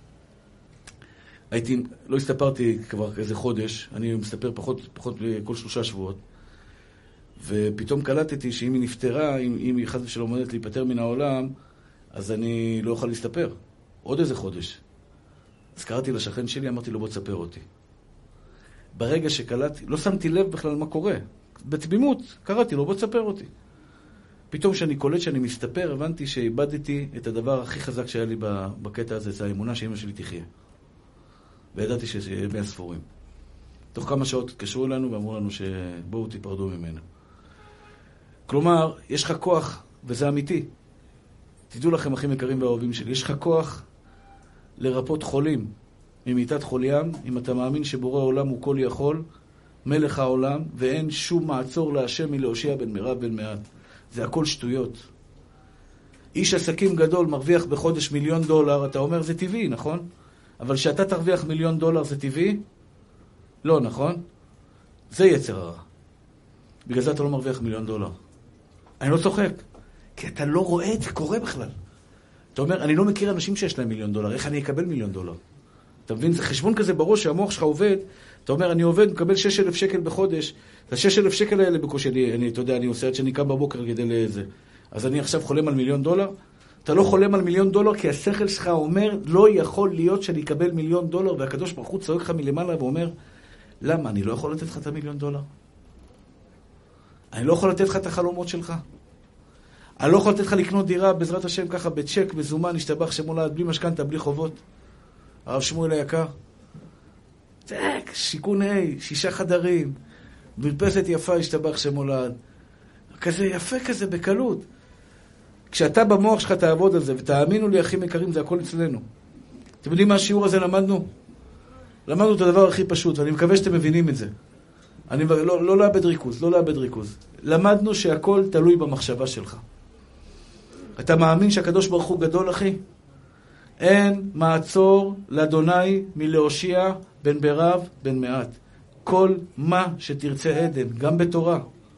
לא הסתפרתי כבר איזה חודש, אני מסתפר פחות כל 3 שבועות. ופתאום קלטתי שאם היא נפטרה, אם היא חס ושלום עומדת להיפטר מן העולם, אז אני לא אוכל להסתפר. עוד איזה חודש. אז קראתי לשכן שלי, אמרתי לו, בוא תספר אותי. ברגע שקלטתי, לא שמתי לב בכלל מה קורה. בתמימות, קראתי לו, בוא תספר אותי. פתאום שאני קולט שאני מסתפר, הבנתי שאיבדתי את הדבר הכי חזק שהיה לי בקטע הזה, זה האמונה שאמא שלי תחיה. וידעתי שיהיה 100 ספורים. תוך כמה שעות התקשרו אלינו ואמרו לנו שבואו תיפרדו ממנו. כלומר, יש לך כוח, וזה אמיתי. תדעו לכם, אחים יקרים והאהובים שלי, יש לך כוח לרפות חולים ממיטת חוליים, אם אתה מאמין שבורא העולם הוא כל יכול, מלך העולם, ואין שום מעצור להשם מלהושיע בן מרב בן מעט. זה הכל שטויות. איש עסקים גדול מרוויח בחודש $1,000,000, אתה אומר זה טבעי, נכון? אבל שאתה תרוויח $1,000,000 זה טבעי? לא, נכון? זה יצר הרע. בגלל זה אתה לא מרוויח $1,000,000. אני לא צוחק. כי אתה לא רואה את זה קורה בכלל. אתה אומר, אני לא מכיר אנשים שיש להם $1,000,000. איך אני אקבל $1,000,000? אתה מבין? זה חשבון כזה בראש שהמוח שלך עובד. אתה אומר, אני עובד, מקבל 6,000 שקל בחודש. את ה-6,000 שקל האלה בקושי, אתה יודע, אני עושה עד שאני קם בבוקר כדי לזה. אז אני עכשיו חולם על $1,000,000. אתה לא חולם על $1,000,000 כי השכל שלך אומר, לא יכול להיות שאני אקבל $1,000,000, והקדוש ברוך הוא צועק לך מלמעלה ואומר, למה? אני לא יכול לתת לך את $1,000,000. אני לא יכול לתת לך את החלומות שלך. אני לא יכול לתת לך לקנות דירה בעזרת השם ככה בצ'ק, בזומן, השתבח שמולד, בלי משכנתה, בלי חובות. הרב שמואל היקר. צ'ק, שיכון A, 6 חדרים, מרפסת יפה, השתבח שמולד. כזה יפה כזה, בקלות. כשאתה במוח שלך תעבוד על זה, ותאמינו לי, אחים יקרים, זה הכל אצלנו. אתם יודעים מה השיעור הזה למדנו? למדנו את הדבר הכי פשוט, ואני מקווה שאתם מבינים את זה. לא לאבד ריכוז. למדנו שהכל תלוי במחשבה שלך. אתה מאמין שהקדוש ברוך הוא גדול, אחי? אין מעצור לאדוני מלהושיע בן ברב בן מעט. כל מה שתרצה עדן, גם בתורה.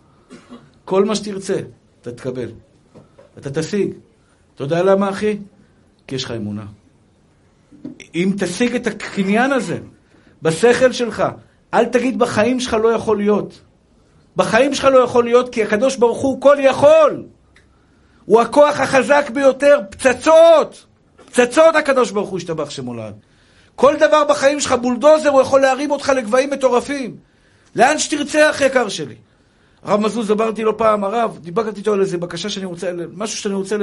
כל מה שתרצה, אתה תקבל. אתה תשיג. אתה יודע למה, אחי? כי יש לך אמונה. אם תשיג את הקניין הזה בשכל שלך, אל תגיד בחיים שלך לא יכול להיות. בחיים שלך לא יכול להיות, כי הקדוש ברוך הוא כל יכול. הוא הכוח החזק ביותר. פצצות הקדוש ברוך הוא השתבח שמולד. כל דבר בחיים שלך, בולדוזר, הוא יכול להרים אותך לגבהים מטורפים. לאן שתרצה, אחי יקר שלי. הרב מזוז, דברתי לו פעם, הרב, דיברתי איתו על איזה בקשה שאני רוצה, משהו שאני רוצה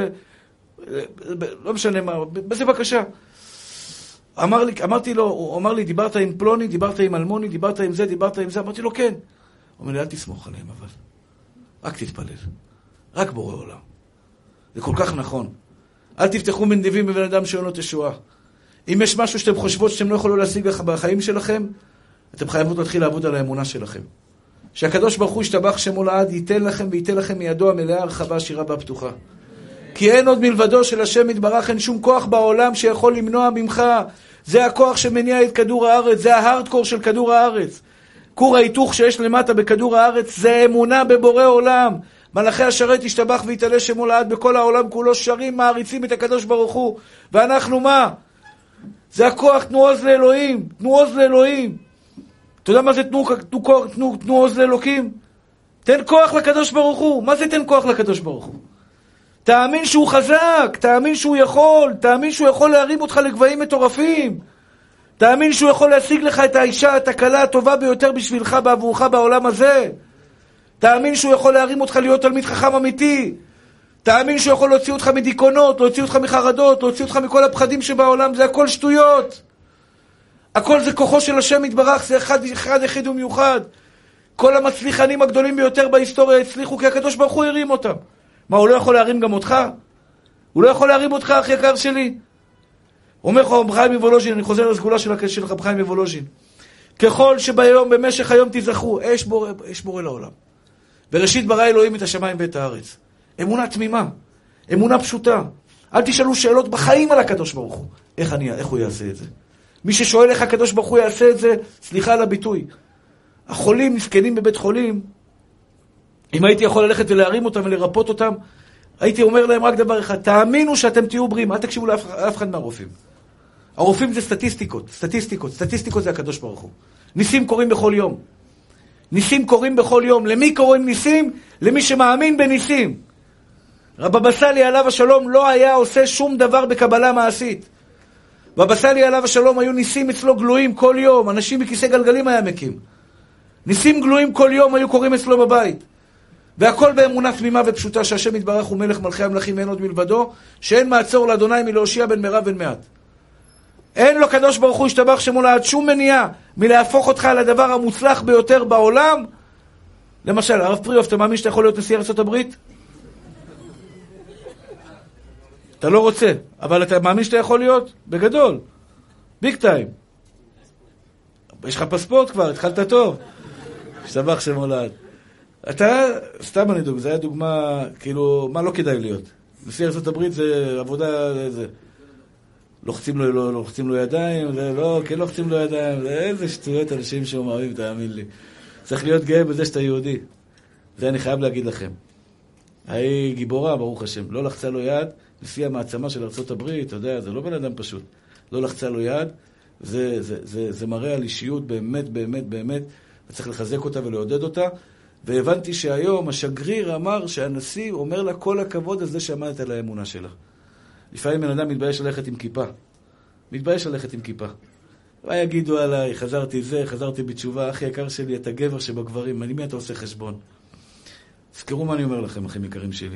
לא משנה מה, באיזה בקשה. אמרתי לו, הוא אמר לי, דיברת עם פלוני, דיברת עם אלמוני, דיברת עם זה, אמרתי לו, כן. הוא אומר לי, אל תסמוך עליהם, אבל רק תתפלל. רק בורא עולם. זה כל כך נכון. אל תפתחו מנדיבים בבן אדם שאין לו תשועה. אם יש משהו שאתם חושבות שאתם לא יכולו להשיג בחיים שלכם, אתם חייבות להתחיל לעבוד על האמונה שלכם. שהקדוש ברוך הוא ישתבח שמו לעד, ייתן לכם וייתן לכם מידו המלאה, הרחבה, עשירה והפתוחה. כי אין עוד מלבדו של השם יתברך, אין שום כוח בעולם שיכול למנוע ממך. זה הכוח שמניע את כדור הארץ, זה ההארדקור של כדור הארץ. כור ההיתוך שיש למטה בכדור הארץ, זה אמונה בבורא עולם. מלאכי השרת ישתבח ויתעלה שמו לעד, בכל העולם כולו שרים, מעריצים את הקדוש ברוך הוא. ואנחנו מה? זה הכוח, תנו עוז לאלוהים, תנו עוז לאלוהים. אתה יודע מה זה תנו עוז לאלוקים? תן כוח לקדוש ברוך הוא. מה זה תן כוח לקדוש ברוך הוא? תאמין שהוא חזק, תאמין שהוא יכול, תאמין שהוא יכול להרים אותך לגבהים מטורפים. תאמין שהוא יכול להשיג לך את האישה, את הכלה הטובה ביותר בשבילך בעבורך בעולם הזה. תאמין שהוא יכול להרים אותך להיות תלמיד חכם אמיתי. תאמין שהוא יכול להוציא אותך מדיכאונות, להוציא אותך מחרדות, להוציא אותך מכל הפחדים שבעולם. זה הכל שטויות. הכל זה כוחו של השם יתברך, זה אחד יחיד ומיוחד. כל המצליחנים הגדולים ביותר בהיסטוריה הצליחו כי הקדוש ברוך הוא הרים אותם. מה, הוא לא יכול להרים גם אותך? הוא לא יכול להרים אותך, אח יקר שלי. אומר רב חיים מוולוז'ין, אני חוזר לסגולה של רב חיים מוולוז'ין. ככל שביום, במשך היום תזכרו, יש בורא לעולם. וראשית ברא אלוהים את השמיים ואת הארץ. אמונה תמימה, אמונה פשוטה. אל תשאלו שאלות בחיים על הקדוש ברוך הוא. איך הוא יעשה את זה? מי ששואל איך הקדוש ברוך הוא יעשה את זה, סליחה על הביטוי. החולים, מסכנים בבית חולים, אם הייתי יכול ללכת ולהרים אותם ולרפות אותם, הייתי אומר להם רק דבר אחד, תאמינו שאתם תהיו בריאים, אל תקשיבו לאף אחד מהרופאים. הרופאים זה סטטיסטיקות זה הקדוש ברוך הוא. ניסים קורים בכל יום. ניסים קורים בכל יום. למי קוראים ניסים? למי שמאמין בניסים. רבא סאלי עליו השלום לא היה עושה שום דבר בקבלה מעשית. רבא סאלי עליו השלום היו ניסים אצלו גלויים כל יום. אנשים בכיסא גלגלים היה מקים. ניסים גלויים כל יום היו קוראים אצלו בבית. והכל באמונה תמימה ופשוטה שהשם יתברך הוא מלך מלכי המלכים ואין עוד מלבדו, שאין מעצור לאדוני מלהושיע בין מרב בין מעט. אין לו קדוש ברוך הוא ישתבח שמו לעד שום מניעה מלהפוך אותך לדבר המוצלח ביותר בעולם. למשל, הרב פריאוף, אתה מאמין שאתה יכול להיות נשיא ארצות הברית? אתה לא רוצה, אבל אתה מאמין שאתה יכול להיות? בגדול. ביג טיים. יש לך פספורט כבר, התחלת טוב. ישתבח שמו לעד. אתה, סתם אני דוגמה, זה היה דוגמה, כאילו, מה לא כדאי להיות? נשיא ארצות הברית זה עבודה, זה... לוחצים לו ידיים, זה לא, כן לוחצים לו ידיים, זה איזה שטויות אנשים שאומרים, תאמין לי. צריך להיות גאה בזה שאתה יהודי. זה אני חייב להגיד לכם. היא גיבורה, ברוך השם. לא לחצה לו יד, לפי המעצמה של ארצות הברית, אתה יודע, זה לא בן אדם פשוט. לא לחצה לו יד, זה מראה על אישיות באמת, באמת, באמת, וצריך לחזק אותה ולעודד אותה. והבנתי שהיום השגריר אמר שהנשיא אומר לה כל הכבוד על זה שעמדת על האמונה שלה. לפעמים בן אדם מתבייש ללכת עם כיפה. מתבייש ללכת עם כיפה. מה יגידו עליי? חזרתי בתשובה. אחי יקר שלי, אתה גבר שבגברים. מי אתה עושה חשבון? תזכרו מה אני אומר לכם, אחים יקרים שלי.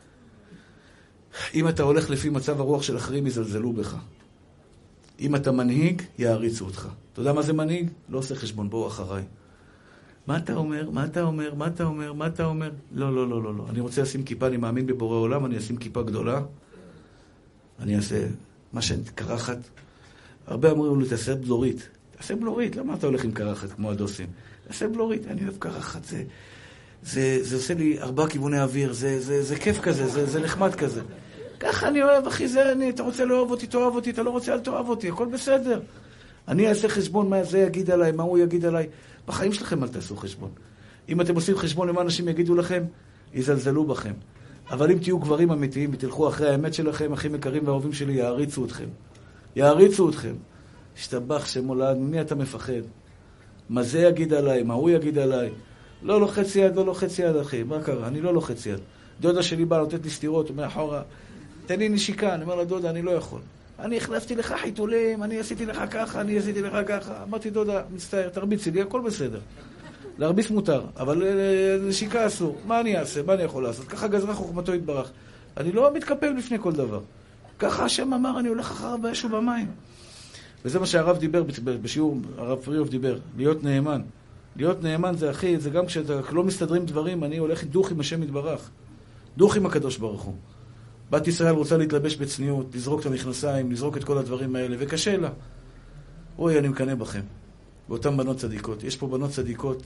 אם אתה הולך לפי מצב הרוח של אחרים, יזלזלו בך. אם אתה מנהיג, יעריצו אותך. אתה יודע מה זה מנהיג? לא עושה חשבון, בואו אחריי. מה אתה אומר? מה אתה אומר? מה אתה אומר? מה אתה אומר? לא, לא, לא, לא, לא. אני רוצה לשים כיפה, אני מאמין בבורא עולם, אני אשים כיפה גדולה. אני אעשה מה שאני קרחת. הרבה אמרו לי, תעשה בלורית. תעשה בלורית, למה אתה הולך עם קרחת כמו הדוסים? תעשה בלורית, אני אוהב קרחת. זה עושה לי 4 כיווני אוויר, זה כיף כזה, זה נחמד כזה. ככה אני אוהב, אחי, זה אני, אתה רוצה לאהוב אותי, תאהב אותי, אתה לא רוצה, אל תאהב אותי, הכל בסדר. אני אעשה חשבון מה זה יגיד עליי, מה הוא יגיד עליי. בחיים שלכם אל תעשו חשבון. אם אתם עושים חשבון למה אנשים יגידו לכם, יזלזלו בכם. אבל אם תהיו גברים אמיתיים ותלכו אחרי האמת שלכם, אחים יקרים ואהובים שלי, יעריצו אתכם. יעריצו אתכם. השתבח שמו לעד, ממי אתה מפחד? מה זה יגיד עליי? מה הוא יגיד עליי? לא לוחץ יד, לא לוחץ יד, אחי. מה קרה? אני לא לוחץ יד. דודה שלי באה נותנת לי סתירות מאחורה. תן לי נשיקה. אני אומר לה, דודה, אני לא יכול. אני החלפתי לך חיתולים, אני עשיתי לך ככה, אני עשיתי לך ככה. אמרתי, דודה, מצטער, תרביצי לי, הכל בסדר. להרביץ מותר, אבל נשיקה אסור. מה אני אעשה? מה אני יכול לעשות? ככה גזרה חוכמתו יתברך. אני לא מתקפל לפני כל דבר. ככה השם אמר, אני הולך אחריו באש ובמים. וזה מה שהרב דיבר בשיעור, הרב פריאוף דיבר, להיות נאמן. להיות נאמן זה, אחי, זה גם כשאתה לא מסתדרים דברים, אני הולך דוך עם השם יתברך. דוך עם הקדוש ברוך הוא. בת ישראל רוצה להתלבש בצניעות, לזרוק את המכנסיים, לזרוק את כל הדברים האלה, וקשה לה. אוי, אני מקנא בכם. באותן בנות צדיקות. יש פה בנות צדיקות,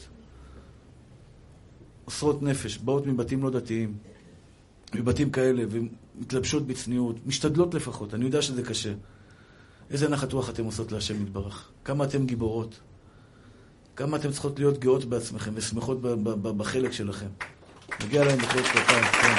עשרות נפש, באות מבתים לא דתיים, מבתים כאלה, ומתלבשות בצניעות, משתדלות לפחות, אני יודע שזה קשה. איזה נחת רוח אתם עושות להשם יתברך. כמה אתם גיבורות. כמה אתם צריכות להיות גאות בעצמכם, ושמחות בחלק שלכם. מגיע להם בחלק כפיים, כן.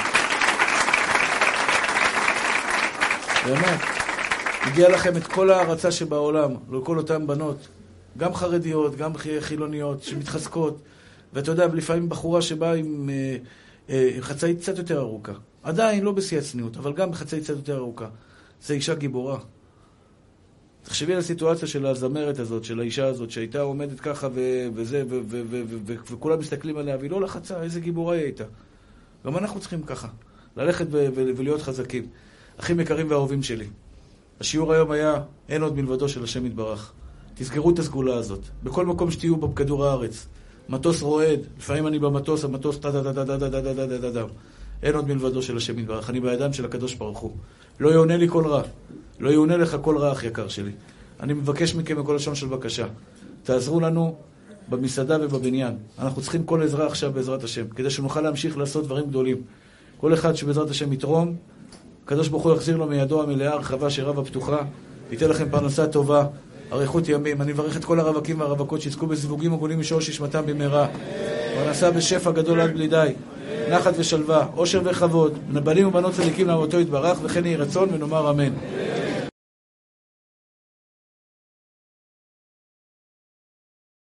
באמת, מגיע לכם את כל ההרצה שבעולם, לכל אותם בנות, גם חרדיות, גם חילוניות, שמתחזקות, ואתה יודע, לפעמים בחורה שבאה עם חצאית קצת יותר ארוכה. עדיין לא בשיא הצניעות, אבל גם בחצאית קצת יותר ארוכה. זו אישה גיבורה. תחשבי על הסיטואציה של הזמרת הזאת, של האישה הזאת, שהייתה עומדת ככה וזה, וכולם מסתכלים עליה, והיא לא לחצה, איזה גיבורה היא הייתה. גם אנחנו צריכים ככה, ללכת ולהיות חזקים. אחים יקרים ואהובים שלי. השיעור היום היה, אין עוד מלבדו של השם יתברך. תסגרו את הסגולה הזאת. בכל מקום שתהיו בכדור הארץ. מטוס רועד, לפעמים אני במטוס, המטוס טה-טה-טה-טה-טה-טה-טה-טה-טה. אין עוד מלבדו של השם יתברך. אני בידיים של הקדוש ברוך הוא. לא יעונה לי כל רע. לא יעונה לך כל רע, אח יקר שלי. אני מבקש מכם בכל לשון של בקשה. תעזרו לנו במסעדה ובבניין. אנחנו צריכים כל עזרה עכשיו בעזרת השם, כדי שנוכל להמשיך לעשות דברים גדולים. כל אחד שבעזרת השם יתרום, הקדוש ברוך הוא יחזיר לו מידו המלאה, הרחבה שרבה פתוחה, ייתן לכם פרנסה טובה, אריכות ימים. אני מברך את כל הרווקים והרווקות שיזכו בזיווגים הגונים משורש נשמתם במהרה. פרנסה בשפע גדול עד בלי די, נחת ושלווה, עושר וכבוד, בנים ובנות צדיקים לעמותו יתברך, וכן יהי רצון ונאמר אמן.